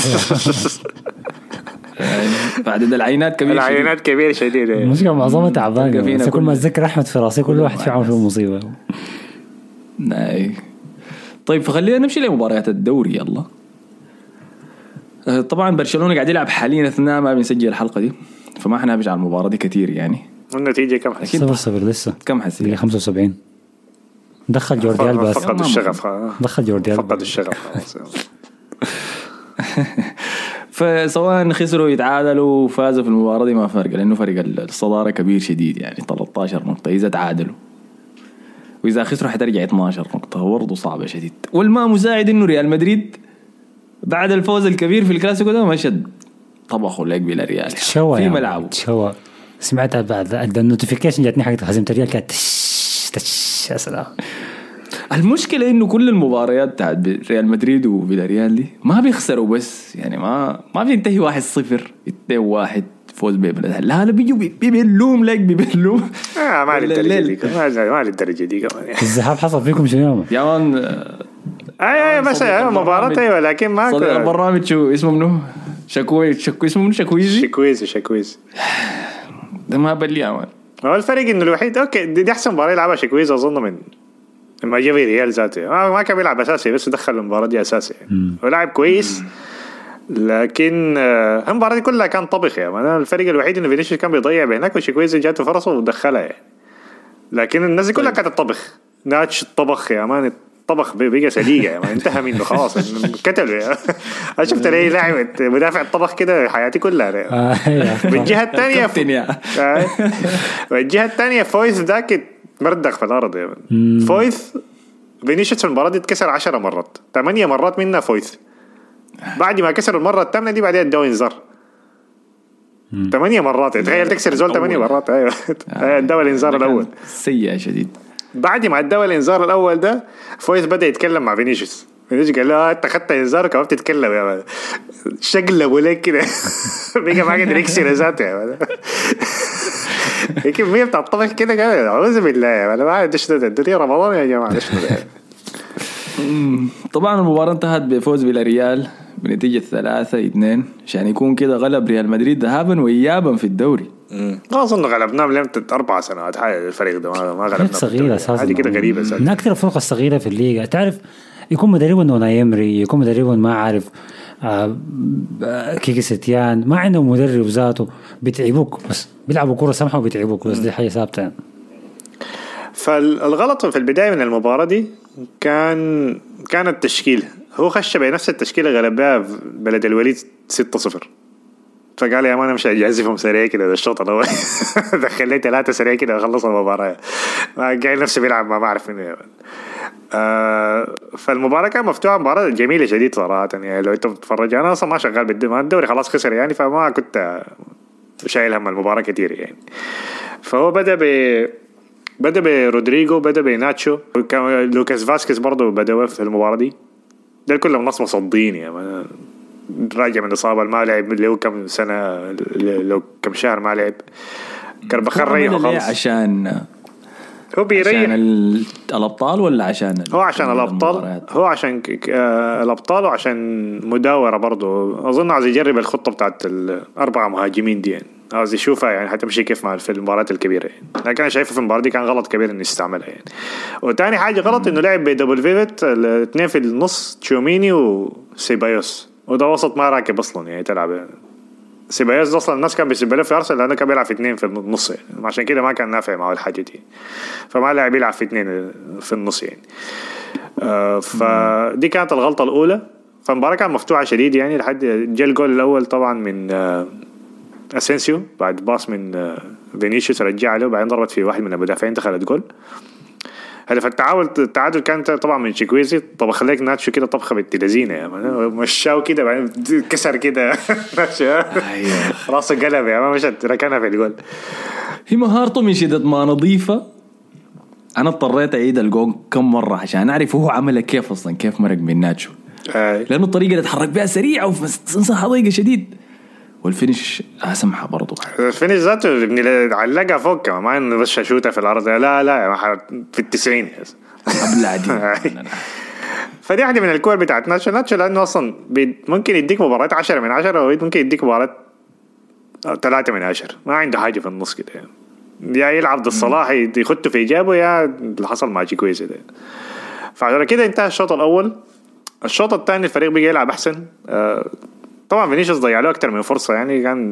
بعد العينات كبير العينات كبير شديد. المشكلة معظمها تعبانة. بس كل ما أتذكر أحمد فراسي كل واحد في عام في مصيبة. ناي. طيب فخلينا نمشي لمباريات الدوري يلا. طبعا برشلونة قاعد يلعب حاليا أثناء ما بنسجل الحلقة دي فما حنابش على المباراة دي كتير يعني. النتيجة كم حسين؟ صفر صفر لسه. كم حسين؟ خمسة وسبعين. دخل جوردي ألبا. فقد الشغف. دخل جوردي ألبا. فقد الشغف. فسواء خسروا يتعادلوا فازوا في المباراة دي ما فرق لأنه فرق الصدارة كبير شديد يعني ثلاثة عشر نقطة إذا تعادلوا وإذا خسروا حترجع اثنا عشر نقطة برضو صعبة شديد. والما مساعد إنه ريال مدريد بعد الفوز الكبير في الكلاسيكو ده مشد طبخوا لك بلا ريال في ملعبه شوا. سمعت بعد النوتيفيكيشن جاتني حاجة هزيمة الريال كانت تش تش يا سلام. المشكلة إنه كل المباريات بتاعت ريال مدريد وفيلاريال دي ما بيخسروا بس يعني ما ما بينتهي واحد صفر اثنين واحد فوز بيبلد. لا لا بيجوا بيبلوم لك بيبلوم. آه ما للدرجة دي ما للدرجة دي كمان. الذهاب حصل فيكم شو يوم؟ يا مان. أي أي بس مباراة أيوة لكن ما. صدق البرنامج شو اسمه منه؟ شكوي شكو اسمه منه شكويزي. شكويزي شكويزي. ده ما بلي يا مان. هو الفرق إنه الوحيد أوكي دي أحسن مباراة يلعبها شكويزي أظن من ما جاب ريال ذاته ما, ما كان بيلعب أساسي بس دخل المباراة دي أساسي يعني. ولاعب كويس لكن المباراة دي كلها كان طبخ يعني. أنا الفرق الوحيد إنه فينيسيوس كان بيضيع بينك وشكويزي جاته فرصه ودخلها يعني. لكن الناس دي كلها كانت طبخ ناتش الطبخ يا مان. الطبخ بيجي سليقة يعني انتهى منه خلاص كتلوا يعني. شفت ليه لاعب مدافع الطبخ كده حياتي كلها بالجهة الثانية بالجهة الثانية فويس ذاك مردق في الأرض يعني. فويث فينيسيوس المباراة دي اتكسر عشر مرات ثمانية مرات منها فويث. بعد ما كسر المرة الثامنة دي بعدين ادوا انذار ثمانية مرات. تخيل تكسر زول ثمانية مرات. ايوه ادوا الانذار الأول سيء شديد. بعد ما ادوا الانذار الأول ده فويث بدأ يتكلم مع فينيسيوس. فينيسيوس قال له انت اخذت انذار وكمان بتتكلم يا مان. شقلبوا لك كده بيجي ما قادر يكسر ذاته يا مان. هي كمية بتاع الطبخ كده كده أعوذ بالله. أنا ما عنديش ده الدنيا رمضان يا جماعة. طبعا المباراة انتهت بفوز فيلاريال بنتيجة ثلاثة اثنين عشان يكون كده غلب ريال مدريد ذهابا وإيابا في الدوري. ما أظن غلبناه لمدة أربع سنوات حاجة الفريق ده ما غلبناه. صغيرة أساسا. هذه كده غريبة أساسا. من أكثر الفرق الصغيرة في الليغا. تعرف يكون مدرب أوناي إمري يكون مدرب ما عارف آه كيكي ستيان ما عندهم مدرب ذاته بيتعبوك بس بيلعبوا كرة سمحة وبيتعبوك بس دي حاجة ثابتة. فالغلط في البداية من المباراة دي كان كان التشكيل. هو خش بنفس التشكيلة غلب بها بلد الوليد ستة صفر. فقال يا مان مش هجازفهم سريع كده الشوط الأول. دخل لي ثلاثة سريع كده وخلص المباراة. قاعد نفسه بيلعب ما بعرف منه يا مان. آه فالمباراة كان مفتوحة. مباراة جميلة شديد صراحة يعني. لو انت بتتفرج انا اصلا ما شغال بالدوري الدوري خلاص خسر يعني فما كنت شايل هم المباراة كتير يعني. فهو بدأ ب بدأ برودريجو بدأ بناتشو وكان لوكاس فاسكيز برضو بدأ في المباراة دي. ده كلهم ناس مصدين يعني. راجع من إصابة ما لعب اللي هو كم سنة لو كم شهر ما لعب. كربخال ريحه خالص عشان هو بيريح عشان الأبطال ولا عشان هو عشان الأبطال هو عشان الأبطال وعشان مداورة برضو. أظن عايز يجرب الخطة بتاعت الأربعة مهاجمين دي يعني. عايز يشوفها يعني حتمشي كيف مع في المباريات الكبيرة يعني. لكن أنا شايفه في المباراة دي كان غلط كبير إنه يستعملها يعني. وتاني حاجة غلط إنه لعب بدبل فيفت الاثنين في النص تشوميني وسيبايوس وده وسط ما راكب أصلا يعني تلعب يعني. سيبايوس اصلا الناس كان بيسيب له في ارسنال لانه كان بيلعب في اثنين في النص يعني. عشان كده ما كان نافع معه الحاجه دي فما لاعب يلعب في اثنين في النص يعني. آه فدي كانت الغلطه الاولى. فالمباراه كانت مفتوحه شديد يعني لحد جاء الجول الاول طبعا من آه اسينسيو بعد باص من آه فينيسيوس رجع له بعدين ضربت في واحد من المدافعين دخلت جول. هدف التعادل التعادل كان طبعا من شيكويزي. طب خليك ناتشو كده طبخه بالتلازينه يعني مشاو كده بعدين كسر كده ناتشو راسه قلب يعني ما مشت ركنها في الجول. هي مهارته من شدة ما نظيفة. أنا اضطريت أعيد الجول كم مرة عشان أعرف هو عمله كيف أصلا كيف مرق من ناتشو آه. لأنه الطريقة اللي تحرك بها سريعة وصنصها ضيقة شديد والفينش أسمحها برضو. الفينش ذاته ابني علقها فوق كمان ما إنه بس شوتها في الأرض لا لا في التسعين أبلع دي. فدي واحدة من الكور بتاعت ناتشو. ناتشو لأنه أصلا ممكن يديك مباراة عشرة من عشرة وممكن يديك مباراة ثلاثة من عشرة ما عنده حاجة في النص كده يعني. يا يلعب ضد الصلاح يخطه في إجابه يا اللي حصل مع كويس ده. فعشان كده انتهى الشوط الأول. الشوط الثاني الفريق بيجي يلعب أحسن. أه طبعا فينيسيوس ضيع له أكتر من فرصة يعني كان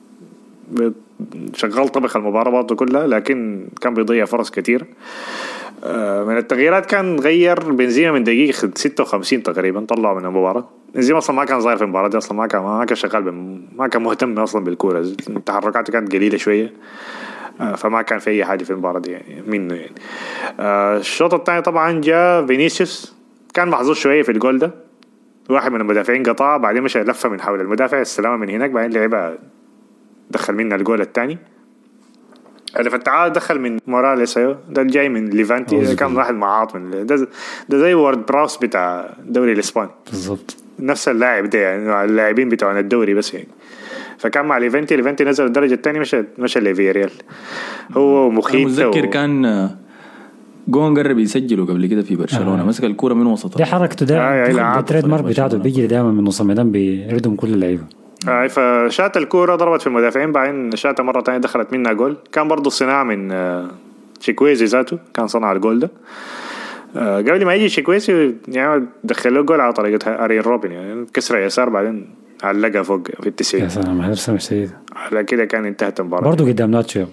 شغال طبخ المباراة برضه كلها لكن كان بيضيع فرص كتير. أه من التغييرات كان غير بنزيما من دقيقة ستة وخمسين تقريبا طلعه من المباراة. بنزيما أصلا ما كان ظاهر في المباراة دي أصلا ما كان ما كان شغال ما كان مهتم أصلا بالكورة تحركاته كانت قليلة شوية فما كان في أي حاجة في المباراة دي يعني منه يعني. الشوط الثاني طبعا جاء فينيسيوس كان محظوظ شوية في الجول ده. واحد من المدافعين قطع بعدين مشى لفة من حول المدافع السلامة من هناك بعدين لعبها دخل منا الجول الثاني. هدف التعادل دخل من موراليس ايوه ده جاي من ليفانتي كان واحد معاط من ده, ده زي وورد براوس بتاع الدوري الاسباني بالضبط نفس اللاعب ده يعني اللاعبين بتوعنا الدوري بس يعني. فكان مع ليفانتي ليفانتي نزل الدرجة الثانية مشى مشى لفياريال هو مخيط. متذكر و... كان جون قرب يسجله قبل كده في برشلونة آه. مسك الكرة من وسطها دي حركته ده آه التريد مارك بتاعته بيجي دائما من نص الميدان بيردم كل اللعيبة آه فشات الكرة ضربت في المدافعين بعدين شاتها مرة تانية دخلت منها جول. كان برضو صناعة من آه شيكويزي ذاته كان صنع الجول ده آه قبل ما يجي شيكويزي يعني دخل له جول على طريقة أرين روبن يعني كسر يسار بعدين علقها فوق في التسعين. يا سلام على نفسه مش سيد على كده كان انتهت المباراة برضو قدام ناتشو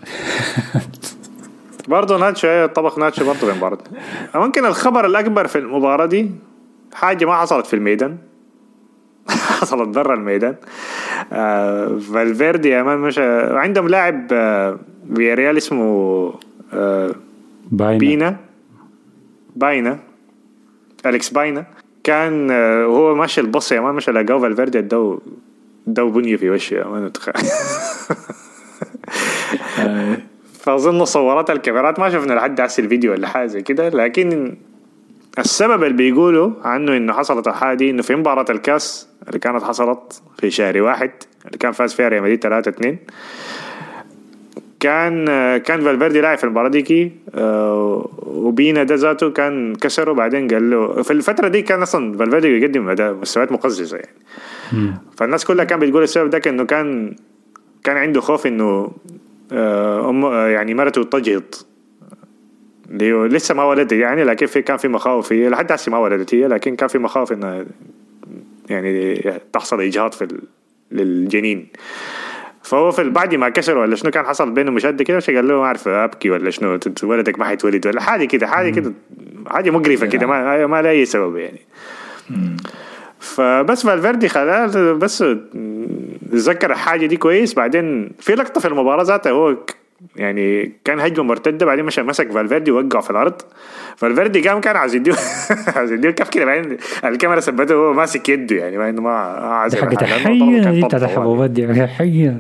برضو ناتشو طبخ ناتشو برضو في المباراة. ممكن الخبر الأكبر في المباراة دي حاجة ما حصلت في الميدان حصلت برا الميدان. آه فالفيردي أمام مش عندهم لاعب آه فياريال اسمه آه باينا بينا باينا أليكس باينا كان آه هو ماشي البص يا مان مش لقاه فالفيردي الدو دو بني في وشه يا مان فأظن صورات الكاميرات ما شفنا لحد عسى الفيديو ولا حاجة زي كده. لكن السبب اللي بيقولوا عنه إنه حصلت الحادثة دي إنه في مباراة الكاس اللي كانت حصلت في شهر واحد اللي كان فاز فيها ريال مدريد ثلاثة اثنين كان كان فالفيردي لاعب في المباراة دي وبينا ده ذاته كان كسره بعدين قال له في الفترة دي كان أصلا فالفيردي يقدم مستويات مقززة يعني. فالناس كلها كان بتقول السبب ده إنه كان كان عنده خوف إنه أم يعني مرته تجهض اللي لسه ما ولدت يعني لكن في كان في مخاوف هي لحد هسه ما ولدت هي لكن كان في مخاوف إنه يعني تحصل إجهاض في للجنين. فهو في بعد ما كسر ولا شنو كان حصل بينه مشاده كده قال له ما أعرف أبكي ولا شنو ولدك ما حيتولد ولا حاجة كده حاجة كده حاجة مقرفة كده ما ما لا أي سبب يعني. فبس فالفيردي خلال بس تذكر الحاجة دي كويس. بعدين في لقطة في المباراة ذاتها هو يعني كان هجمة مرتدة بعدين مشى مسك فالفيردي ووقع في الأرض. فالفيردي قام كان عايز يديه عايز يديه كيف كده بعدين الكاميرا ثبته هو ماسك يده يعني ما إنه ما عايز حاجة تحية دي تحت حبوبات دي حية.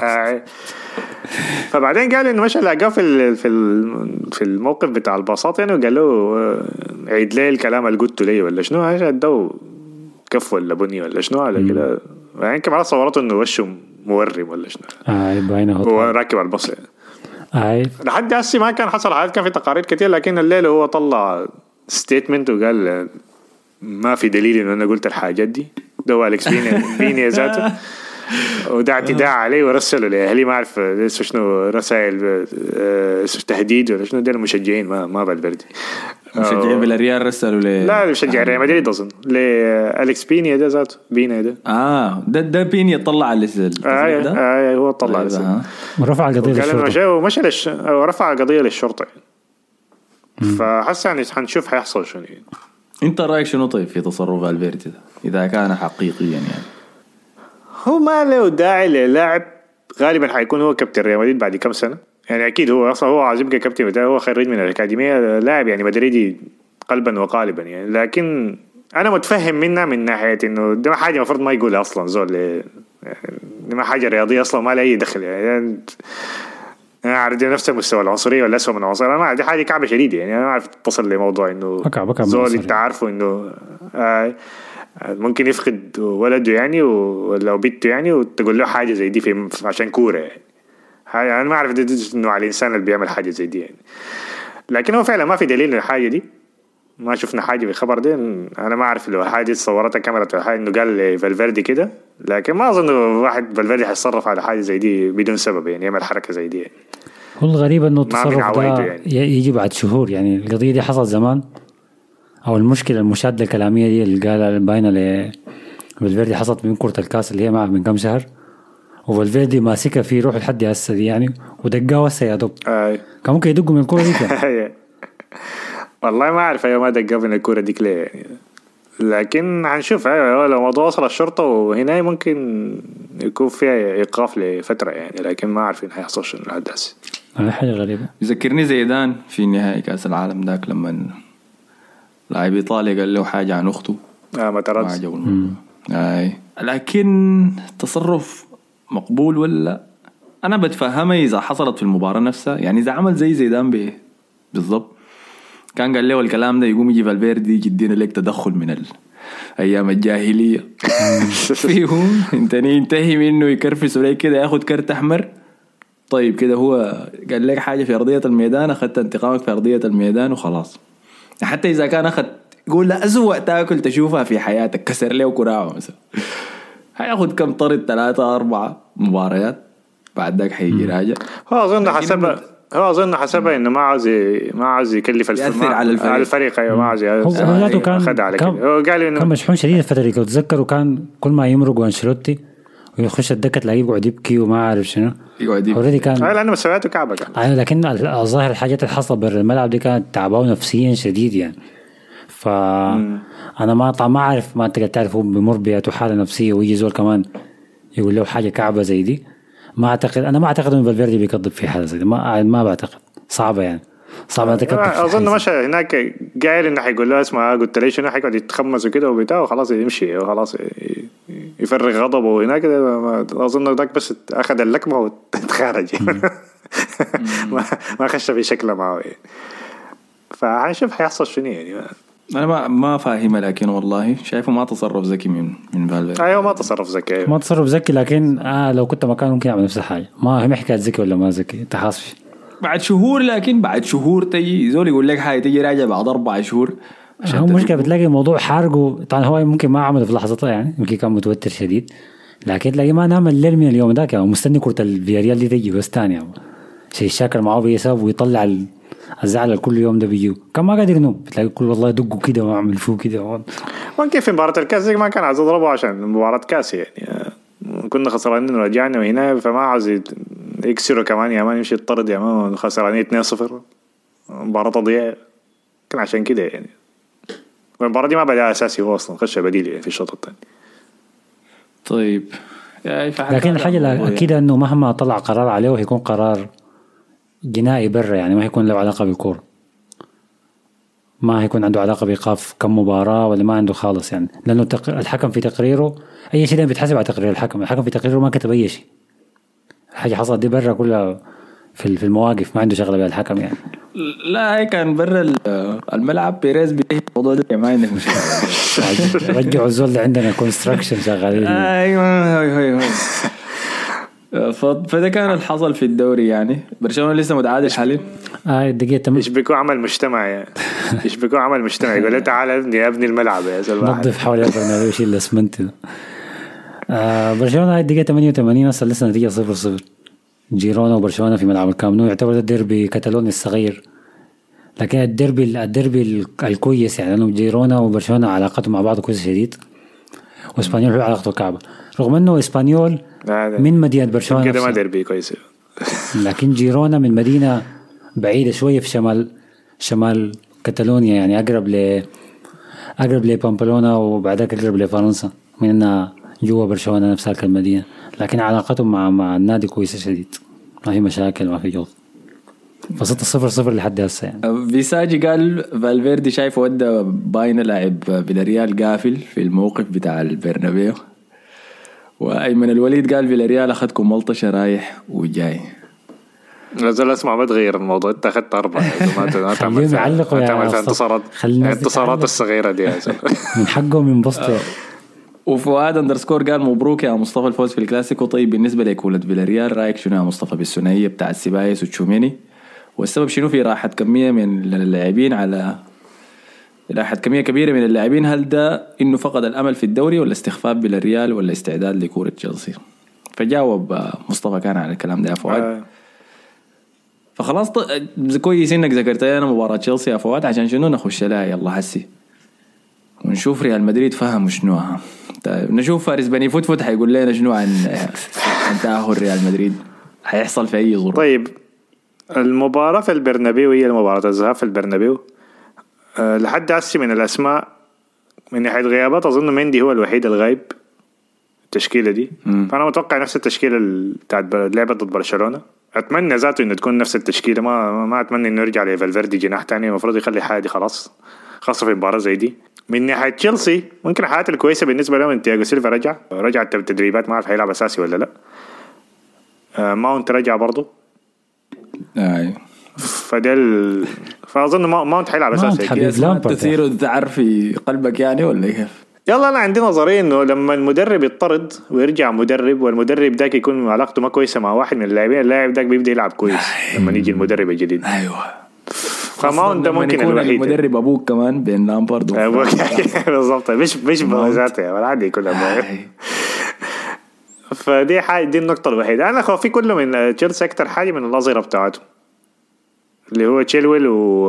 فبعدين قال إنه مشى لقاه في في في الموقف بتاع الباصات يعني وقال له عيد لي الكلام اللي قلته لي ولا شنو هذا الدو كف ولا بني ولا شنو على كده يعني كمان صورته إنه وشه مورم ولا شنو آه باينه هو راكب على البص يعني. آه لحد هسه ما كان حصل حاجات كان في تقارير كتير لكن الليلة هو طلع ستيتمنت وقال ما في دليل إنه أنا قلت الحاجات دي ده هو أليكس بيني بيني ذاته وده اعتداء عليه ورسله لاهلي ما اعرف لسه شنو رسائل تهديد ولا شنو. ده المشجعين ما ما فالفيردي مشجعين بالريال رسلوا ل لا مشجع ريال مدريد اظن لالكس بينيا ده ذاته بينيا ده اه ده ده بينيا طلع على السل آه, اه هو طلع على السل ورفع القضيه للشرطه ومشى للش... ورفع القضيه للشرطه فحس يعني حنشوف حيحصل شنو يعني. انت رايك شنو طيب في تصرف فالفيردي ده اذا كان حقيقيا يعني؟ هو ما له داعي للاعب غالبا حيكون هو كابتن ريال مدريد بعد كم سنه يعني اكيد هو اصلا هو عايز يبقى كابتن بتاعه هو خريج من الاكاديميه لاعب يعني مدريدي قلبا وقالبا يعني. لكن انا متفهم منها من ناحيه انه ده حاجه المفروض ما يقولها اصلا زول يعني ما حاجه رياضيه اصلا ما لها اي دخل يعني. انا عارف نفس المستوى العنصريه ولا اسوء من العنصريه انا ما عارف دي حاجه كعبه شديده يعني. انا ما عارف اتصل لموضوع انه زول انت عارفه انه آه ممكن يفقد ولده يعني ولا بنته يعني وتقول له حاجه زي دي في عشان كوره يعني. انا ما اعرف انه على الانسان اللي بيعمل حاجه زي دي يعني. لكن هو فعلا ما في دليل للحاجه دي ما شفنا حاجه في الخبر ده. انا ما اعرف لو حاجه صورتها كاميرا ولا حاجه انه قال فالفيردي كده لكن ما اظن واحد فالفيردي حيتصرف على حاجه زي دي بدون سبب يعني يعمل حركه زي دي يعني. هو الغريب انه التصرف ده يعني. يجي بعد شهور يعني. القضيه دي حصلت زمان او المشكله المشاده الكلاميه دي اللي قالها باينه ل فالفيردي حصلت من كره الكاس اللي هي معه من كم شهر وفالفيردي ماسكها في روح لحد هسه دي يعني ودقاه هسه يا دوب آه. كان ممكن يدقوا من الكره دي كان. والله ما اعرف ايوه ما دقاه من الكره دي ليه يعني. لكن هنشوف ايوه لو موضوع وصل الشرطه وهنا ممكن يكون فيها ايقاف لفتره يعني. لكن ما عارفين هيحصل شنو الحدث. هذه حاجه غريبه. يذكرني زيدان في نهائي كاس العالم ذاك لما لاعب ايطاليا قال له حاجه عن اخته اه ما ترى اي. لكن تصرف مقبول ولا انا بتفهمه اذا حصلت في المباراه نفسها يعني. اذا عمل زي زيدان به بالضبط كان قال له الكلام ده يقوم يجي فالفيردي يدينا لك تدخل من ال... ايام الجاهليه فيهم انت ينتهي منه يكرفس عليك كده ياخد كرت احمر. طيب كده هو قال لك حاجه في ارضيه الميدان اخذت انتقامك في ارضيه الميدان وخلاص. حتى اذا كان اخذ يقول لا أسوأ تاكل تشوفها في حياتك كسر له كراعه مثلا هياخد كم طرد ثلاثة أربعة مباريات بعد ذاك حيجي راجع. هو أظن حسب هو أظن حسبه إنه ما عاوز ما عاوز يكلف يأثر على الفريق على الفريق أيوة ما عاوز هو ذاته كان على كده. هو قال إنه كان مشحون شديد الفترة دي. تذكروا كان كل ما يمرق أنشيلوتي ويخش الدكة تلاقيه يقعد يبكي وما عارف شنو يقعد يبكي كان آه لأنه مسوياته كعبة كان آه لكن الظاهر الحاجات اللي حصلت برا الملعب دي كانت تعباه نفسيا شديد يعني. فأنا ما طبعا ما أعرف ما تقدر تعرف هو بمر بياته حالة نفسية ويجي زول كمان يقول له حاجة كعبة زي دي. ما أعتقد أنا ما أعتقد إنه فالفيردي بيكذب في حالة زي دي. ما ما بعتقد صعبة يعني صعبة تكذب. أظن مش هناك قايل إنه حيقول له اسمع قلت ليش إنه حيقعد يتخمس وكده وبتاع وخلاص يمشي وخلاص يفرغ غضبه هناك. أظن ذاك بس أخذ اللكمة وتخرج ما ما خش في شكله معه يعني. فهنشوف حيحصل شنو يعني. أنا ما ما فاهمه لكن والله شايفه ما تصرف ذكي من من فالفيردي. أيوة ما تصرف ذكي أيوة. ما تصرف ذكي لكن آه لو كنت مكانه ممكن أعمل نفس الحاجة. ما هي حكاية ذكي ولا ما ذكي تحاسفي بعد شهور. لكن بعد شهور تيجي زول يقول لك حاجة تيجي راجع بعد أربع شهور. هو مشكلة بتلاقي الموضوع حارقه. طبعا هو ممكن ما عمله في لحظته يعني يمكن كان متوتر شديد لكن تلاقي ما نام الليل من اليوم ذاك يعني مستني كرة الفياريال دي تيجي بس تاني يعني. شيء شاكر معه بيساب ويطلع الزعل كل يوم ده بيجيو كان ما قادر ينوم. بتلاقي كل والله يدقوا كده ويعمل فوق كده. ممكن في مباراة الكاس ما كان عايز يضربه عشان مباراة كاس يعني كنا خسرانين ورجعنا وهنا فما عايز يكسروا كمان يا مان يمشي يطرد يا مان خسرانين اثنين صفر مباراة تضيع كان عشان كده يعني. والمباراة دي ما بدأ أساسي هو أصلا خش بديل يعني في الشوط الثاني. طيب لكن الحاجة الأكيدة إنه مهما طلع قرار عليه هيكون قرار جنائي برا يعني ما هيكون له علاقة بالكورة. ما هيكون عنده علاقة بإيقاف كم مباراة ولا ما عنده خالص يعني. لأنه الحكم في تقريره أي شيء ده بيتحسب على تقرير الحكم. الحكم في تقريره ما كتب أي شيء. الحاجة حصلت دي برا كلها في في المواقف ما عنده شغلة بها الحكم يعني. لا هي كان برا الملعب بيريز بيه الموضوع ده ما عندك مشكلة. رجعوا الزول ده عندنا كونستراكشن شغالين. أيوة أيوة أيوة. فده كان الحصل في الدوري يعني. برشلونة لسه متعادل حاليا. آه دقيقة يشبكوا عمل مجتمع يعني. يشبكوا عمل مجتمع يقول له تعال ابني ابني الملعب يا زلمة نظف حوالي البرنامج يشيل الاسمنت. آه برشلونه هاي الدقيقه ثمانية وثمانين اصلا لسه نتيجه صفر صفر. جيرونا وبرشلونه في ملعب الكامب نو يعتبر الديربي كتالوني الصغير، لكن الديربي الديربي الكويس يعني لانه جيرونا وبرشلونه علاقتهم مع بعض كويس شديد، واسبانيول هو علاقته كعبه رغم انه اسبانيول من مدينه برشلونه كده ما ديربي كويس، لكن جيرونا من مدينه بعيده شويه في شمال شمال كتالونيا، يعني اقرب ل اقرب لبامبلونا وبعدك اقرب لفرنسا من انها جوا برشلونه نفس هذه المدينه، لكن علاقتهم مع مع النادي كويسه شديد، ما في مشاكل ما في جوض. فصلت صفر صفر لحد هسه يعني. فيساجي قال فالفيردي شايف ودى باين لاعب فيلاريال قافل في الموقف بتاع البرنابيو، وايمن الوليد قال فيلاريال اخذكم ملطشه رايح وجاي. لازال اسمع ما تغير الموضوع، انت اخذت اربعه ما تعمل تعمل انتصارات الانتصارات الصغيره دي من حقهم ينبسطوا. وفؤاد اندرسكور قال مبروك يا مصطفى الفوز في الكلاسيكو. طيب بالنسبه لكولة فيلاريال رايك شنو يا مصطفى بالثنائيه بتاع السبايس وتشوميني، والسبب شنو في راحه كميه من اللاعبين على راحه كميه كبيره من اللاعبين؟ هل ده انه فقد الامل في الدوري ولا استخفاف فيلاريال ولا استعداد لكوره تشيلسي؟ فجاوب مصطفى كان على الكلام ده يا فؤاد. آه. فخلاص ط... كويس انك ذكرت لنا مباراه تشيلسي يا فؤاد عشان شنو نخش لها يلا حسي ونشوف ريال مدريد فهم شنوها. طيب نشوف فارس بني فوت فوت حيقول لنا شنو عن عن تأهل ريال مدريد حيحصل في اي ظروف. طيب المباراة في البرنابيو هي المباراة الذهاب في البرنابيو. أه لحد هسه من الاسماء من ناحية غيابات اظن مندي هو الوحيد الغايب التشكيلة دي. م. فانا متوقع نفس التشكيلة بتاعت لعبة ضد برشلونة. اتمنى ذاته انه تكون نفس التشكيلة، ما ما اتمنى انه يرجع لفالفيردي جناح تاني، المفروض يخلي حادي خلاص خاصة في مباراة زي دي. من ناحية تشيلسي ممكن الحالات الكويسة بالنسبة لهم ان تياغو سيلفا رجع رجع التدريبات، ما عارف هيلعب اساسي ولا لا. أه ماونت رجع برضو. ايوه فدل فاظن ماونت حيلعب اساسي. تثير الذعر في قلبك يعني ولا كيف؟ يلا انا عندي نظريه انه لما المدرب يطرد ويرجع مدرب والمدرب داك يكون علاقته ما كويسه مع واحد من اللاعبين، اللاعب داك بيبدا يلعب كويس لما يجي المدرب الجديد. ايوه فماونت ده ممكن الوحيد. المدرب ابوك كمان بين لامبارد بالضبط مش مش بذاته ولا عادي كل ابوه. فدي حاجه دي النقطه الوحيده. انا خوفي كله من تشيلسي اكتر حاجه من الاظهره بتاعته اللي هو تشيلويل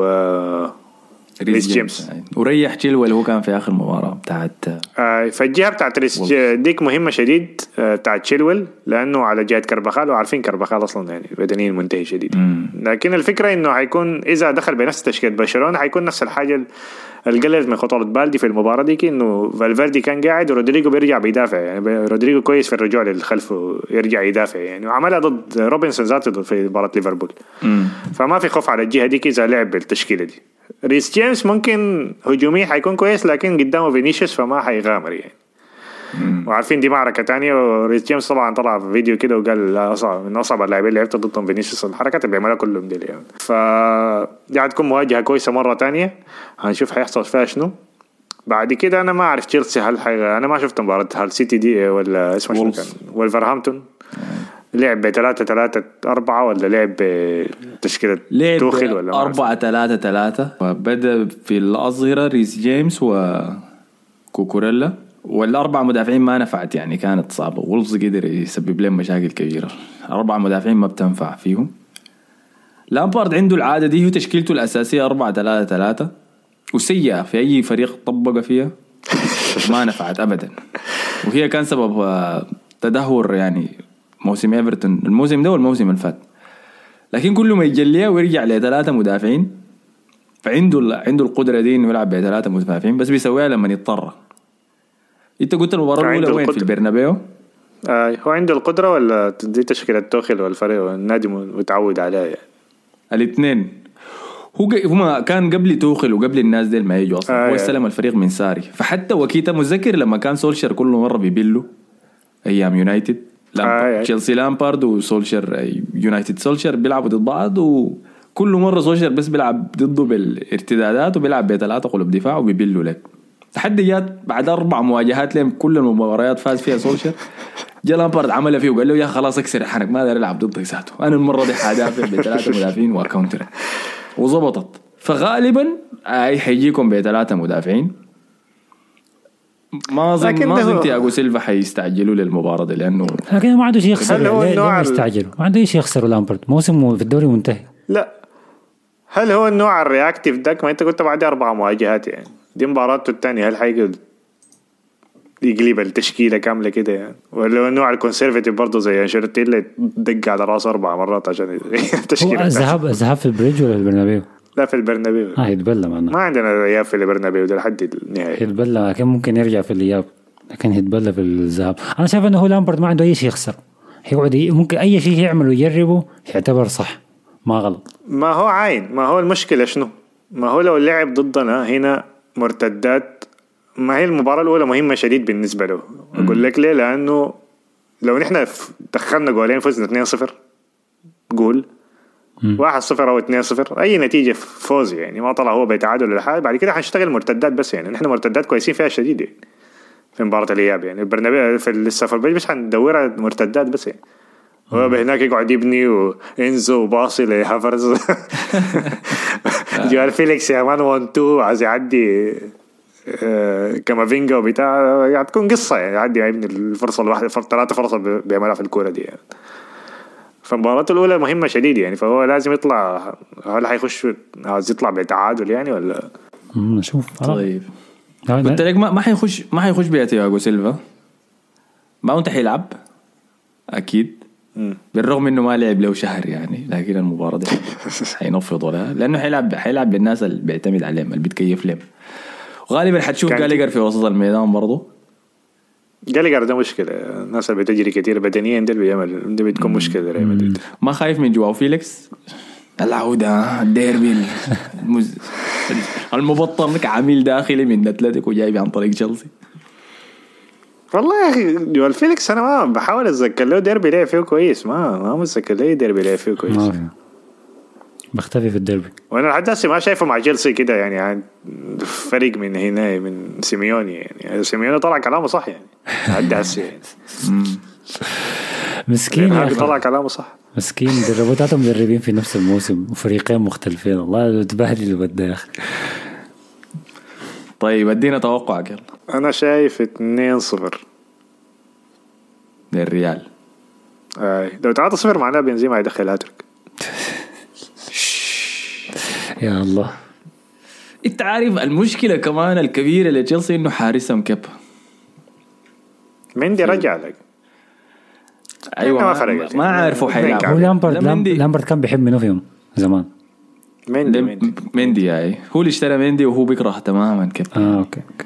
و ريس جيمس. وريح تشيلويل هو كان في اخر مباراه بتاعت آه فالجهه بتاعت ريس ديك مهمه شديد آه بتاعت تشيلويل لانه على جهه كربخال، وعارفين كربخال اصلا يعني بدنيا منتهي شديد. مم. لكن الفكره انه حيكون اذا دخل بنفس تشكيله برشلونه حيكون نفس الحاجه القلل من خطوره بالدي في المباراه دي، انه فالفيردي كان قاعد ورودريجو بيرجع بيدافع، يعني رودريجو كويس في الرجوع للخلف ويرجع يدافع يعني، وعملها ضد روبنسون ذاته في مباراه ليفربول. مم. فما في خوف على الجهه دي اذا لعب بالتشكيله دي. ريس جيمس ممكن هجومي حيكون كويس لكن قدامه فينيسيوس فما حيغامر يعني. مم. وعارفين دي معركة تانية. وريس جيمس طبعا طلع في فيديو كده وقال أصعب من أصعب اللاعبين اللي لعبت ضدهم فينيسيوس، الحركات اللي بيعملها كلهم دي يعني. فدي هتكون مواجهة كويسة مرة تانية، هنشوف حيحصل فيها شنو بعد كده. أنا ما أعرف تشيلسي هل حي... أنا ما شفت مباراة هل سيتي دي ولا اسمه شو كان ولفرهامبتون لعب بثلاثة ثلاثة أربعة ولا لعب بتشكيلة توخل ولا أربعة ثلاثة ثلاثة. وبدأ في الأظهرة ريس جيمس وكوكوريلا، والأربع مدافعين ما نفعت يعني كانت صعبة، وولفز قدر يسبب لهم مشاكل كبيرة. أربع مدافعين ما بتنفع فيهم. لامبارد عنده العادة دي، هو تشكيلته الأساسية أربعة ثلاثة ثلاثة وسيئة في أي فريق طبق فيها ما نفعت أبدا، وهي كان سبب تدهور يعني موسم ايفرتون الموسم ده والموسم اللي فات. لكن كل ما يجليها ويرجع لثلاثه مدافعين، فعنده عنده القدره دي انه يلعب بثلاثه مدافعين، بس بيسويها لما يضطر. انت قلت المباراه الاولى وين؟ في البرنابيو. آه هو عنده القدره ولا دي تشكيله توخيل والفريق والنادي متعود عليها يعني؟ الاثنين. هو هما كان قبل توخيل وقبل الناس ديل ما يجوا اصلا. آه هو استلم الفريق من ساري. فحتى وكيتا مذكر لما كان سولشر كل مره بيبلو ايام يونايتد آه تشيلسي لامبارد وسولشر يونايتد سولشر بيلعبوا ضد بعض، وكل مرة سولشر بس بيلعب ضده بالارتدادات وبيلعب بثلاثة قلوب دفاع وبيبلوا لك. تحدي جات بعد أربع مواجهات لهم كل المباريات فاز فيها سولشر. جا لامبارد عملها فيه وقال له يا خلاص اكسر حنك ما دار يلعب ضدك ذاته، أنا المرة دي حادافع بثلاثة مدافعين وكاونتر وظبطت. فغالبا أي حيجيكم بثلاثة مدافعين. ما اظن لكن ما ده اظن هو- تياغو سيلفا حيستعجلوا للمباراه دي لانه لكن ما عنده شيء يخسر. هل هو ليه- ليه النوع ما ال- يستعجلوا؟ ما عنده شيء يخسره لامبرد، موسمه في الدوري منتهي. لا، هل هو النوع الرياكتيف داك؟ ما انت قلت بعد اربع مواجهات يعني، دي مباراته الثانيه، هل حيقدر يقلب التشكيله كامله كده يعني؟ ولا هو النوع الكونسرفتيف برضه زي انشيلوتي اللي دق على راسه اربع مرات عشان هو التشكيله؟ الذهاب الذهاب في البريدج ولا البرنابيو؟ لا، في البرنابيو. اه يتبلى معنا، ما عندنا اياب في البرنابيو ده لحد النهايه. يتبلى لكن ممكن يرجع في الاياب، لكن يتبلى في الذهاب. انا شايف انه هو لامبرد ما عنده اي شيء يخسر، هيقعد ي- ممكن اي شيء يعمله يجربه يعتبر صح، ما غلط. ما هو عاين، ما هو المشكله شنو؟ ما هو لو لعب ضدنا هنا مرتدات، ما هي المباراه الاولى مهمه شديد بالنسبه له. اقول لك ليه؟ لانه لو نحن دخلنا جولين فزنا اثنين صفر، قول واحد صفر او اثنين صفر، اي نتيجه فوز يعني، ما طلع هو بيتعادل ولا حاجه، بعد كده حنشتغل مرتدات بس يعني. نحن مرتدات كويسين فيها شديد يعني في مباراه الاياب يعني. البرنابيو في السفر بيج بس حندورها مرتدات بس يعني. هو هناك يقعد يبني وانزو وباصي لهافرز جوال فيليكس يا مان وان تو عايز يعدي آه كامافينجا وبتاع يعني، تكون قصه يعني، يعدي يبني الفرصه الواحده ثلاثه فرصه بيعملها في الكوره دي يعني. فمباراته الأولى مهمة شديد يعني، فهو لازم يطلع. هل حيخش عايز يطلع بتعادل يعني ولا؟ نشوف. طيب لا، لا. قلت لك ما ما حيخش ما حيخش بيها تياغو سيلفا، ما انت حيلعب اكيد، بالرغم انه ما لعب له شهر يعني، لكن المباراة دي حينفض ولا لانه حيلعب حيلعب بالناس اللي بيعتمد عليهم اللي بتكيف لهم، وغالبا حتشوف جاليجر في وسط الميدان برضه. جاليجر ده مشكلة، الناس اللي بتجري كتير بدنيا ده بيعمل ده بتكون مشكلة ريال مدريد. ما خايف من جواو فيليكس العودة الديربي المز... المبطل كعميل داخلي من اتلتيكو جايب عن طريق تشيلسي. والله يا اخي جوال فيليكس انا ما بحاول اتذكر له ديربي لعب فيه كويس، ما ما متذكر له ديربي لعب فيه كويس. ما في. بختفي في الديربي. وانا لحد هسه ما شايفه مع تشيلسي كده يعني, يعني فريق من هنا من سيميوني يعني. سيميوني طلع كلامه صح يعني لحد هسه يعني. مسكين يا طلع أخي. كلامه صح. مسكين دربوتاتهم مدربين في نفس الموسم وفريقين مختلفين، والله تبهدل بده يا اخي. طيب ادينا توقعك يلا. انا شايف اثنين صفر للريال. آه. لو ثلاثة صفر معناه بنزيما يدخل هاتريك. يا الله. انت عارف المشكلة كمان الكبيرة لتشيلسي انه حارسهم كيب. مندي رجع لك. ايوه ما ما, فرقت. ما عارفوا هو حيلعبوا. لامبرد لا، مندي- لامبرد كان بيحب منو فيهم زمان. مندي لم- مندي مندي يعني هو اللي اشترى مندي وهو بيكره تماما كيب. اه اوكي اوكي.